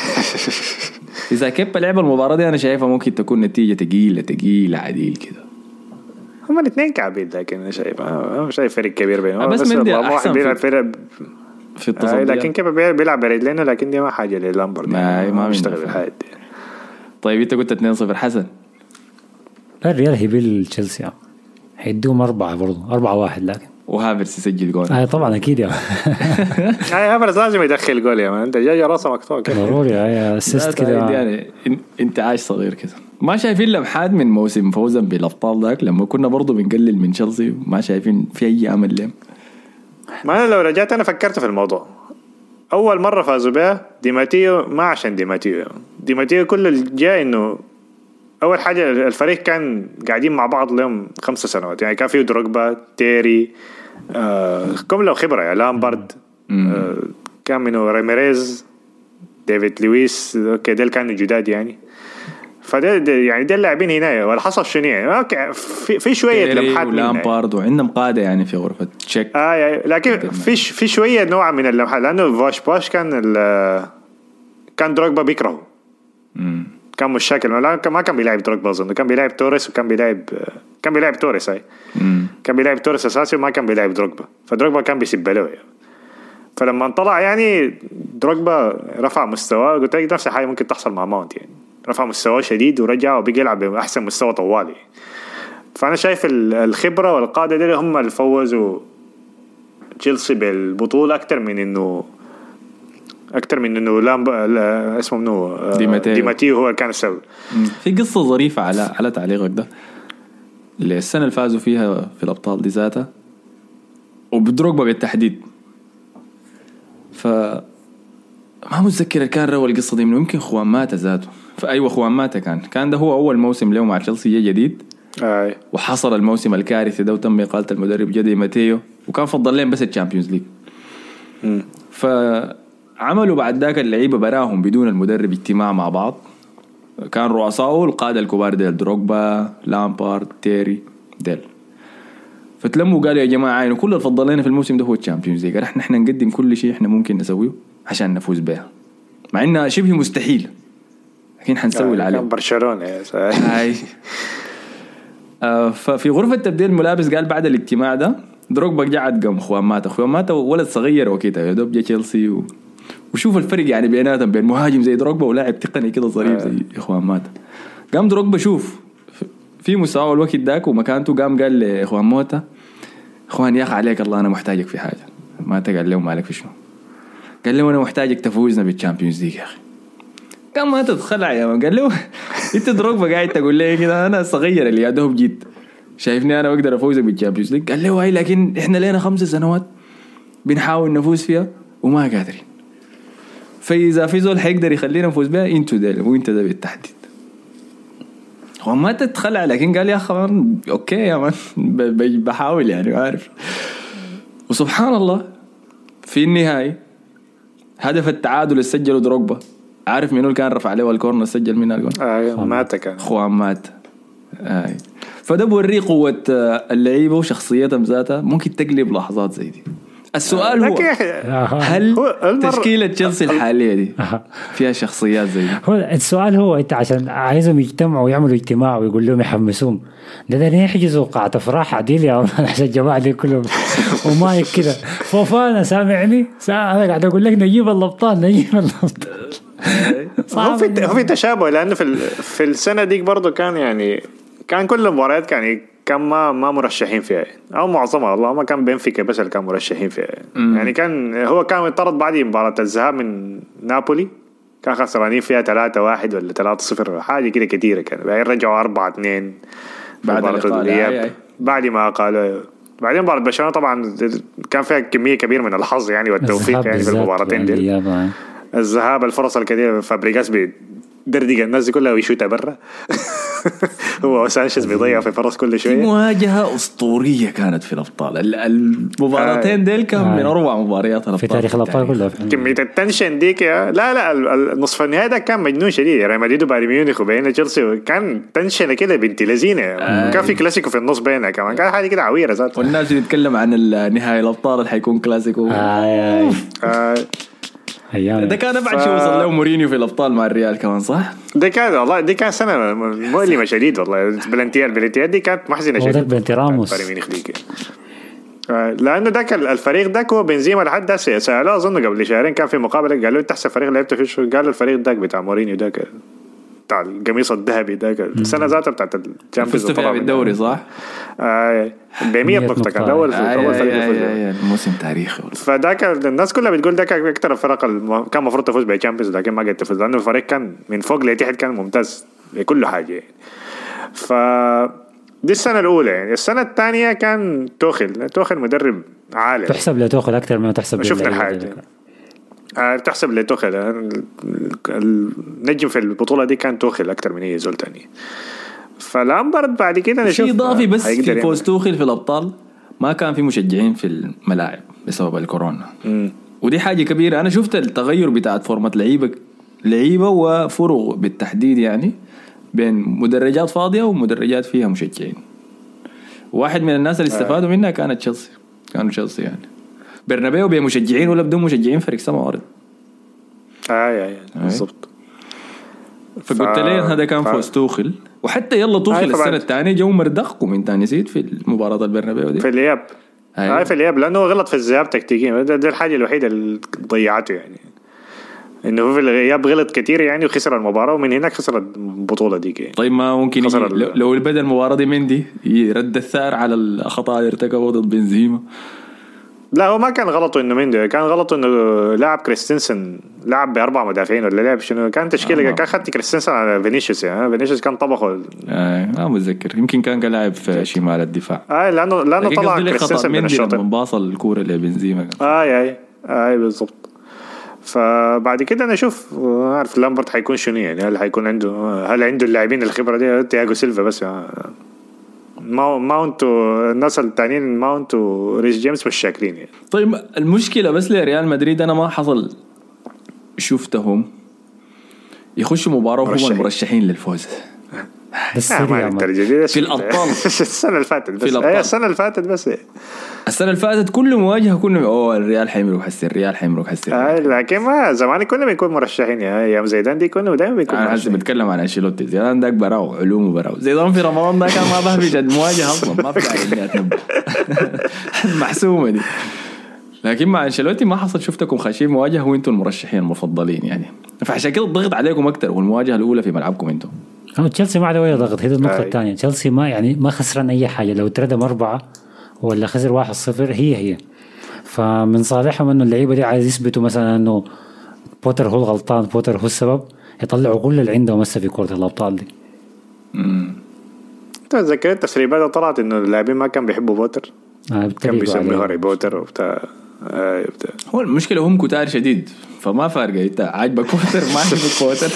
اذا كيب لعب المباراة دي انا شايفها ممكن تكون نتيجة تقيلة تقيلة عديل كده. هم الاثنين كعبين، لكن انا شايف انا شايف فريق كبير بينهم. آه، بس مندي واحد أحسن بيلعب في- فريق في آه. التصديات. لكن كيف بيلعب برجلينه، لكن دي ما حاجه للامبرد ما- يعني. ما بيشتغل منه. بالحاجه دي. طيب انت قلت اثنين صفر حسن. لا الريال هيبيل تشيلسي يعني. هيدوهم أربعة برضو أربعة واحد لكن. وهافرس يسجل جول. آه طبعا أكيد يا هاي هافرز لازم يدخل جول يا مان. انت جاي راسه مقطوع كده. ضروري هاي اسيست لا، كده. يعني إن- انت عايش صغير كده. ما شايفين لمحات من موسم فوزا بالابطال ذاك لما كنا برضو بنقلل من تشيلسي، ما شايفين في اي امل لهم. ما انا لو رجعت انا فكرت في الموضوع. اول مره فازوا بها ديماتيو، ما عشان ديماتيو ديماتيو كل اللي جاء انه اول حاجه الفريق كان قاعدين مع بعض لهم خمسة سنوات يعني. كان فيه دروجبا، تيري، آه كم له خبره يعني، لامبرد، آه كان منه ريميريز، ديفيد لويس، اوكي ديل كانوا جداد يعني. فده ده يعني ده اللاعبين هنا ولا حصل شنو يعني. اوكي في, في شويه لمحات منها يعني. ولامبارد وعندهم قاده يعني في غرفه تشيك. اه يعني لكن في في شويه نوع من اللمحات، لانه فاش باش كان كان دروجبا بيكرهه. امم كان مشاكل ما كان بيلعب دروجبا، اظن كان بيلعب توريس، وكان بيلعب كان بيلعب توريس هاي امم كان بيلعب توريس اساسي وما كان بيلعب دروجبا. فدروجبا كان بيسب له يعني. فلما طلع يعني دروجبا رفع مستواه. قلت لك نفس الحاجه ممكن تحصل مع ماونت يعني. رفع مستواه شديد ورجع وبيجي يلعب باحسن مستوى طوالي. فانا شايف الخبره والقاده دي هم اللي فوزوا تشيلسي بالبطوله اكثر من انه اكثر من انه لامب اسمه منو ديماتيو. ديماتيو هو كان السبب. في قصه ظريفه على على تعليقك ده. اللي السنه اللي فازوا فيها في الابطال دي ذاتها وبدروجبا بالتحديد. ف ما متذكر كان روى القصة دي منه، يمكن خوان ماتا ذاته. فأيوة خوان ماتا كان كان ده هو أول موسم له مع تشيلسي جي جديد. آه. وحصل الموسم الكارثي ده وتم إقالة المدرب جدي ماتيو، وكان فضل لهم بس الشامبيونز ليج. فعملوا بعد ذاك اللعيبة براهم بدون المدرب اجتماع مع بعض، كان رؤساءه القادة الكبار ديل دروغبا لامبارد تيري ديل. فتلموا قالوا يا جماعة إنه كل الفضل لنا في الموسم ده هو الشامبيونز ليج، احنا احنا نقدم كل شيء احنا ممكن نسويه عشان نفوز بها، مع إنها شبه مستحيل لكن حنسوي اللي عليه. برشلونة هاي. آه ففي غرفة تبديل الملابس قال بعد الاجتماع ده دروغبا قعد قام خوان ماتا خوان ماتا ولد صغير وكده يا دوب جا تشيلسي و... وشوف الفرق يعني بيناتهم بين مهاجم زي دروغبا ولاعب تقني كده ظريف زي خوان ماتا. قام دروغبا شوف في مساواة الوقت داك ومكانته، قام قال لإخوان موتا إخوان يا أخي عليك الله أنا محتاجك في حاجة. ماتا قال له مالك في شنو؟ قال له أنا محتاجك تفوزنا بالشامبيونز ليج يا أخي. قام ما تتخلع يا مان. قال له أنت دروغبا قاعد تقول لي كده أنا صغير اللي يادوب جيت شايفني أنا بقدر أفوزك بالشامبيونز ليج. قال له هاي لكن إحنا لنا خمس سنوات بنحاول نفوز فيها وما قادرين، فإذا في زول حيقدر يخلينا نفوز بها أنتوا ده وأنت ده بالتحديد. هو ما تتخلع لكن قال يا أخي أوكي يا مان بحاول يعني عارف. وسبحان الله في النهاية هدف التعادل اللي سجله دروغبا عارف منو اللي كان رفع عليه الكورنر سجل منها الجول؟ آه ماتا كان خوان ماتا. آه. فده بوري قوة اللعيبة وشخصيتهم ذاتها ممكن تقلب لحظات زي دي. السؤال هو هل تشكيلة تشيلسي الحالية دي فيها شخصيات زي دي؟ هو السؤال هو انت عشان عايزهم يجتمعوا ويعملوا اجتماع ويقول لهم يحمسوهم ده ده يحجزوا قاعة افراح عديل يا عشان الجماعة دي كلهم وما كده فوفانا سامعني انا قاعد اقول لك نجيب الابطال نجيب الابطال. هو في هو في تشابه لانه في في السنة ديك برضو كان يعني كان كل المباريات كان كان ما ما مرشحين فيها او معظمها والله ما كان بنفيكا بس اللي كان مرشحين فيها يعني, يعني كان هو كان يطرد بعد مباراة الذهاب من نابولي كان خسرانين فيها ثلاثة واحد ولا ثلاثة صفر حاجة كده كتيرة كان بعدين رجعوا أربعة اثنين بعد الإياب بعد ما قالوا بعدين مباراة برشلونة طبعا كان فيها كمية كبيرة من الحظ يعني والتوفيق يعني في المباراتين دي الذهاب الفرص الكثيرة فابريغاس دردق الناس كلها ويشوتها برا هو سانشيز بيضيع في فرص كل شويه. مواجهه اسطوريه كانت في الابطال المباراتين ديل كان من اروع مباريات الابطال في تاريخ الابطال كلها. كميه التنشن ديك لا لا النصف النهائي ده كان مجنون شديد. ريال مدريد وبايرن ميونخ وبين تشيلسي كان تنشن كده بنت لذينه آه. كان في كلاسيكو في النص بينها كمان كان حاجه كده عويره ذات. والناس بتتكلم عن النهائي الابطال اللي حيكون كلاسيكو آه. آه. ده كان بعد ف... شو وصل له مورينيو في الابطال مع الريال كمان صح. ده كان والله دي كان سنه مؤلمه شديد والله. بلانتيال بلانتيال دي كانت محزنه شديد. ده بلانتيراموس لانه ذاك الفريق ذاك هو بنزيما لحد هسه سالوه اظن قبل شهرين كان في مقابله قالوا انت احسن فريق لعبته في شو قال الفريق ذاك بتاع مورينيو ذاك بتاع القميص الذهبي ذاك السنه ذاتها بتاعت الشامبيونز في الدوري صح. آه بمية نقطة كان أول آه أول فريق يفوز الموسم تاريخي. فذاك الناس كلها بتقول ده كان أكتر الفرق الم... كان مفروض تفوز بالشامبيونز لكن ما قدر تفوز لأنه الفريق كان من فوق لتحت كان ممتاز بكل حاجة يعني. ف دي السنة الأولى يعني. السنة الثانية كان توخل توخل مدرب عالي تحسب لتوخل أكتر ما تحسب شفنا الحاجة آه تحسب لتوخل النجم في البطولة دي كان توخل أكتر من هي زول تاني. فلامبرد بعد كده شيء إضافي بس في فوز توخل في الأبطال ما كان في مشجعين في الملاعب بسبب الكورونا م. ودي حاجة كبيرة. أنا شفت التغير بتاعت فورمة لعيبة لعيبة وفروق بالتحديد يعني بين مدرجات فاضية ومدرجات فيها مشجعين. واحد من الناس اللي استفادوا منها كانت تشيلسي كانوا تشيلسي يعني برنابيو بمشجعين ولا بدون مشجعين فريق سما وارد. آه يا يا بالضبط. فقلت لي هذا كان ف... فوز توخل وحتى يلا توخل السنة الثانية جو مردقكم انت نسيت في المباراة البرنابيو دي في الإياب. هاي في الإياب لأنه غلط في الذهاب تكتيكيا ده الحاجة الوحيدة اللي ضيعته يعني إنه في الإياب غلط كتير يعني وخسر المباراة ومن هناك خسر البطولة دي يعني. طيب ما ممكن لو, لو بدأ المباراة دي مندي يرد الثار على الخطأ اللي ارتكبه ضد بنزيما. لا هو ما كان غلطه انه مندي كان غلطه انه لاعب كريستنسن لعب باربع مدافعين ولا لعب شنو كان تشكيله آه. كان خدت كريستنسن على فينيسيوس يعني فينيسيوس كان طبخه اه ما متذكر يمكن كان لاعب في شمال الدفاع اه لانه لانه طلع كريستنسن من الشوط من باص الكوره لبنزيما اه اي اي بالضبط. فبعد كده انا اشوف عارف لامبرت حيكون شنو يعني هل حيكون عنده هل عنده اللاعبين الخبره دي تياغو سيلفا بس ما ماونت والناس الثانيين ماونت وريس جيمس مش شاكرين يعني. طيب المشكله بس لريال مدريد انا ما حصل شفتهم يخشوا مباراه وهم المرشحين للفوز بس آه ما في الابطال السنه اللي فاتت بس في هي السنه اللي فاتت بس السنه اللي فاتت كل مواجهه كنا اوه الريال حيمرق حسي الريال حيمرق حسي آه لكن ما زمان كنا بنكون مرشحين يا ايام زيدان دي كنا دايما بنكون انا هسه بتكلم عن انشيلوتي زيدان داك براو علوم وبراو زيدان في رمضان ده كان ما بهبج المواجهه اصلا ما في داعي اني اتنبأ محسومه دي. لكن مع انشيلوتي ما حصل شفتكم خاشين مواجهه وانتم المرشحين المفضلين يعني فعشان كده الضغط عليكم اكثر والمواجهه الاولى في ملعبكم انتم. هو تشيلسي ما عنده اي ضغط. هي النقطه الثانيه تشيلسي ما يعني ما خسران اي حاجه لو تردم أربعة ولا خسر واحد صفر هي هي فمن صالحهم انه اللعيبه دي عايز يثبتوا مثلا انه بوتر هو الغلطان بوتر هو السبب يطلعوا كل اللي عندهم هسه في كره الابطال دي. امم تذكرت التسريبات طلعت انه اللاعبين ما كان بيحبوا بوتر آه كان بيسموه هاري بوتر وبتاع آه هو المشكله هم كتار شديد فما فارقه انت عاجبك بوتر ما عاجبك بوتر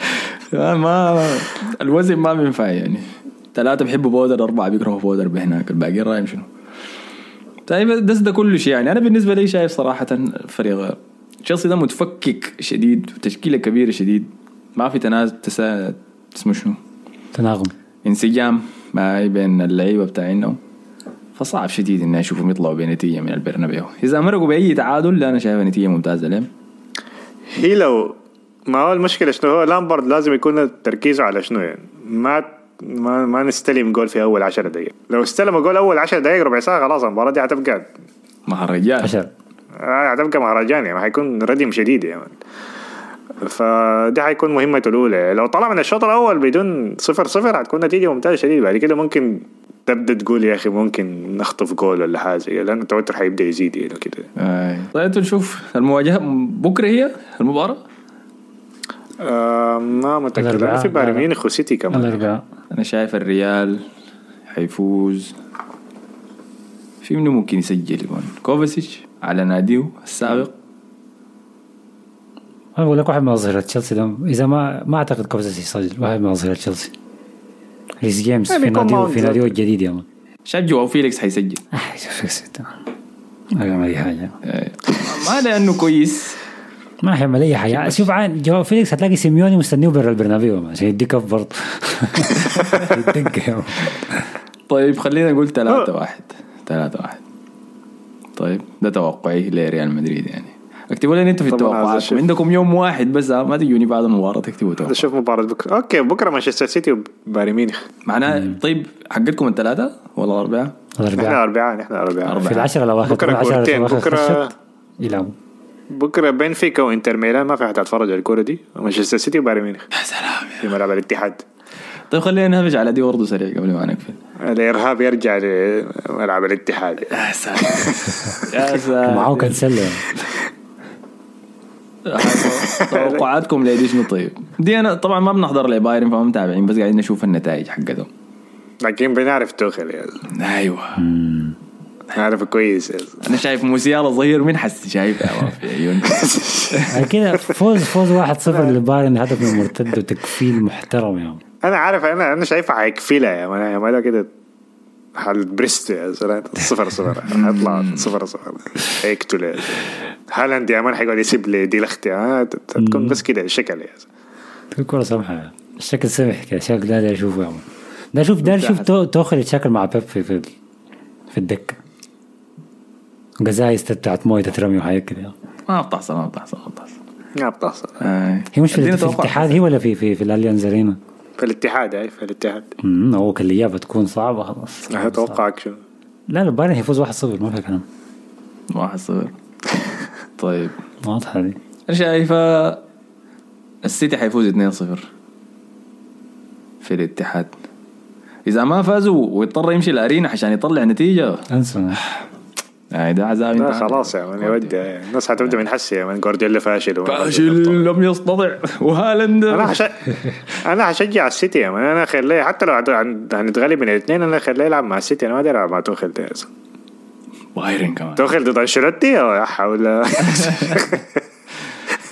ما الوزن ما بينفع يعني ثلاثة بيحبوا بودر أربعة بيكرهوا بودر بهناك الباقيين رايم شنو. طيب ده ده كل شيء يعني أنا بالنسبة لي شايف صراحة فريق تشيلسي ده متفكك شديد وتشكيلة كبيرة شديد ما في تناز تسا اسمه شنو تناغم انسجام ما بين اللعيبة بتاعينهم فصعب شديد إن أشوفهم يطلعوا بنتيجة من البرنابيو. إذا مرقوا بأي تعادل لا أنا شايف نتيجة ممتازة لهم. هي لو ما هو المشكلة شنو هو لامبرد لازم يكون تركيزه على شنو يعني ما ما ما نستلم جول في أول عشر دقائق. لو استلم جول أول عشر دقائق ربع ساعة خلاص المباراة دي هتبقى مهرجان عشر آه هتبقى مهرجان يعني حيكون ردم شديد يعني. فدي حيكون مهمته الأولى. لو طلع من الشوط الأول بدون صفر صفر هتكون نتيجة ممتازة شديد. بعد كده ممكن تبدأ تقول يا أخي ممكن نخطف جول ولا حاجة لأن التوتر حيبدأ يزيد يعني كده. آه. طيب نشوف المواجهة بكرة هي المباراة. آه ما متأكد أنا في بايرن ميونخ وسيتي كمان. الأربعاء. أنا شايف الريال حيفوز. في منه ممكن يسجل يكون كوفاسيتش على ناديه السابق. أنا بقول لك واحد من أظهرة تشيلسي ده إذا ما ما أعتقد كوفاسيتش يسجل واحد من أظهرة تشيلسي. ريس جيمس في ناديه في ناديه الجديد يا مان. شايف جواو فيليكس حيسجل. آه فيليكس ده. ما هي حاجة. ما لأنه كويس. ما حيعمل أي حاجة. شوف عن جواو فيليكس هتلاقي سيميوني مستنيه برا البرنابيو عشان يديك أفضل. يديك. طيب خلينا نقول ثلاثة واحد. ثلاثة واحد. طيب ده توقعي لريال مدريد يعني. اكتبوا لنا انتوا في التوقعات عندكم يوم واحد بس ما تجوني بعد المباراة تكتبوا توقعات. نشوف مباراة بكرة. اوكي بكرة مانشستر سيتي وبايرن ميونخ. معناه طيب حقتكم الثلاثة ولا الأربعاء؟ الأربعاء. احنا أربعاء احنا أربعاء. في العشرة الأواخر. بكرة كورتين بكرة. يلعبوا. بكرة بنفيكا وإنتر ميلان ما في حد يتفرج على الكورة دي. مانشستر سيتي وبايرن ميونخ. يا سلام في ملعب الاتحاد. طيب خلينا نهبج على دي برضه سريع قبل ما نقفل. الإرهاب يرجع لملعب الاتحاد. يا سلام يا سلام معه كان سلة. توقعاتكم لدي شنو طيب؟ دي أنا طبعا ما بنحضر لبايرن فما متابعين بس قاعدين نشوف النتائج حقتهم. لكن بنعرف توخل يعني. أيوة. نعرف كويس. أنا شايف موسيالا ظهير من حس شايفه في عيون. كده فوز فوز واحد صفر للبايرن هدف من مرتد وتكفيل محترم يعني. أنا عارف أنا أنا شايفها هيكفيلها يا مان يا مان كده. حال بريست يا زلمة صفر صفر هطلع صفر صفر هيك تلا هالاند يا مان حيقعد يسيب لي دي لختي تكون بس كده الشكل يا زلمة كرة سمحة الشكل سمح كده شكل ده أشوفه يا مان ده شوف ده شوف تأخذ الشكل مع بيب في في في الدكة جزايز تبعت موية تترمي وحاجات كده ما بتحصل ما بتحصل ما بتحصل ما بتحصل هي مش في الاتحاد هي ولا في في في الأليانز أرينا في الاتحاد أي في الاتحاد امم هو كل الإجابة تكون صعبة خلاص أتوقعك شو لا لا بايرن هيفوز واحد صفر ما في كلام واحد صفر طيب واضحة دي أنا شايفة السيتي حيفوز اثنين صفر في الاتحاد إذا ما فازوا ويضطر يمشي الأرينا عشان يطلع نتيجة أنسى يعني ده عذاب لا خلاص يا من يودي الناس هتبدأ من حسي من جوارديولا فاشل فاشل لم يستطع وهالاند أنا حش... أنا هشجع السيتي يا من أنا خليه حتى لو هنتغلب من الاثنين أنا خليه يلعب مع السيتي أنا ما أدري ألعب مع توخيل ده بايرن كمان توخيل ضد أنشيلوتي أو ولا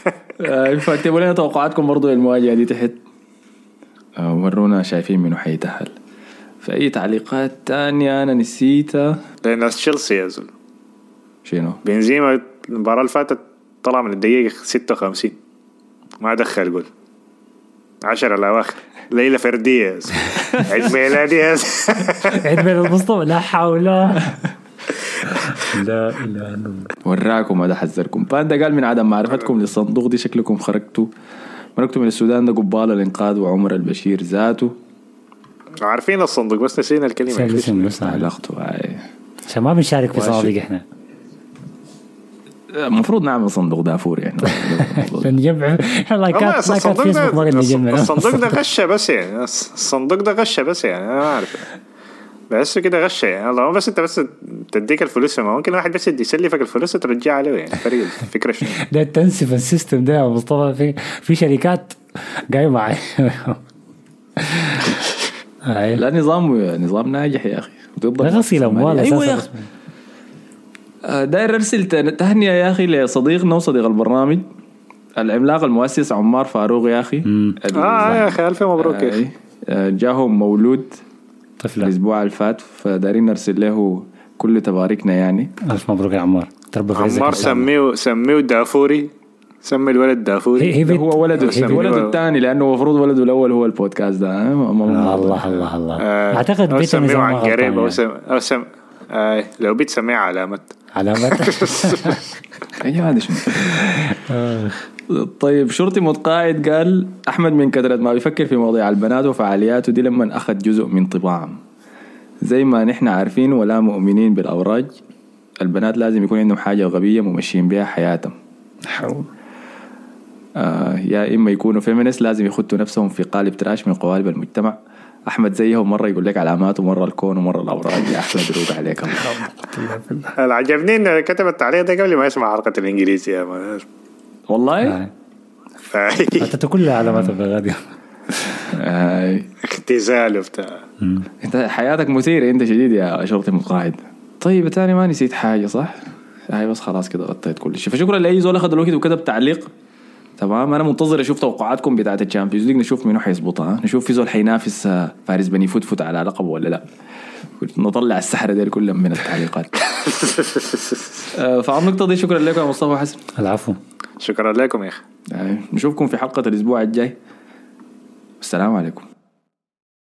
آه، فاكتبوا لنا توقعاتكم برضو المواجهة دي تحت. آه، ورونا شايفين منو حيتأهل. في أي تعليقات تانية أنا نسيتها؟ لأن تشيلسي يا زول شنو؟ بنزيما المباراة اللي فاتت طلع من الدقيقة ستة وخمسين ما دخل جول. عشرة الأواخر ليلة فردية يا زول. عيد ميلادي يا زول. عيد ميلاد المصطفى لا حول لا اله الا الله. وراكم هذا حذركم. باندا قال من عدم معرفتكم للصندوق دي شكلكم خرجتوا مركتوا من السودان ده قبال الإنقاذ وعمر البشير ذاته. عارفين الصندوق بس نسينا الكلمة. علاقته هاي عشان ما بنشارك في صناديق احنا. المفروض نعمل صندوق دافور يعني. نجمع لايكات لايكات فيسبوك ما نجمع. الصندوق ده غشة بس يعني. الصندوق ده غشة بس يعني أنا ما أعرف بحسه كده غشة يعني. الله بس أنت بس تديك الفلوس ما ممكن واحد بس يسلفك الفلوس وترجع عليه يعني. فريق الفكرة شنو ده تنسف السيستم ده يا مصطفى. في في شركات جاي معي. لا نظام نظام ناجح يا أخي. غسيل أموال. أيوة يا أخي. داير أرسل تهنئة يا أخي لصديقنا وصديق البرنامج العملاق المؤسس عمار فاروق يا أخي. آه يا أخي ألف مبروك يا أخي. جاهم مولود طفلة الأسبوع الفات فدارين نرسل له كل تباركنا يعني. ألف مبروك يا عمار. تربى في عمار سميه سميه دافوري. سمي الولد دافوري. هو ولده ولده الثاني لأنه مفروض ولده الأول هو البودكاست ده. الله الله الله. آه أعتقد بيت سميه عن قريب أو سم أو سم آه لو بيت سميه علامة علامة. أيوة هذا شنو. طيب شرطي متقاعد قال أحمد من كثرة ما بيفكر في مواضيع البنات وفعالياته دي لما أخذ جزء من طباعهم زي ما نحن عارفين ولا مؤمنين بالأوراج. البنات لازم يكون عندهم حاجة غبية ممشين بها حياتهم. حول. آه يا إما يكونوا فيمينست لازم يخطوا نفسهم في قالب تراش من قوالب المجتمع. أحمد زيهم مرة يقول لك علامات ومرة الكون ومرة الأوراق. يا أحمد روق عليك. الله عجبني إن كتب التعليق ده قبل ما يسمع حلقة الإنجليزي يا مان. والله أنت كلها علامات الغادي. اختزال وبتاع. أنت حياتك مثيرة أنت شديد يا شرطي متقاعد. طيب تاني ما نسيت حاجة صح؟ هاي بس خلاص كده غطيت كل شيء. فشكرا لأي زول أخذ الوقت وكتب تعليق. تمام أنا منتظر أشوف توقعاتكم بتاعت الشامبيونز ليج. نشوف منو حيظبطها. نشوف في زول حينافس فارس بني فوت فوت على لقب ولا لا. نطلع السحرة دي كلهم من التعليقات. فعلى النقطة دي شكرا لكم يا مصطفى حسن. العفو. شكرا لكم يا أخي. نشوفكم في حلقة الأسبوع الجاي. السلام عليكم.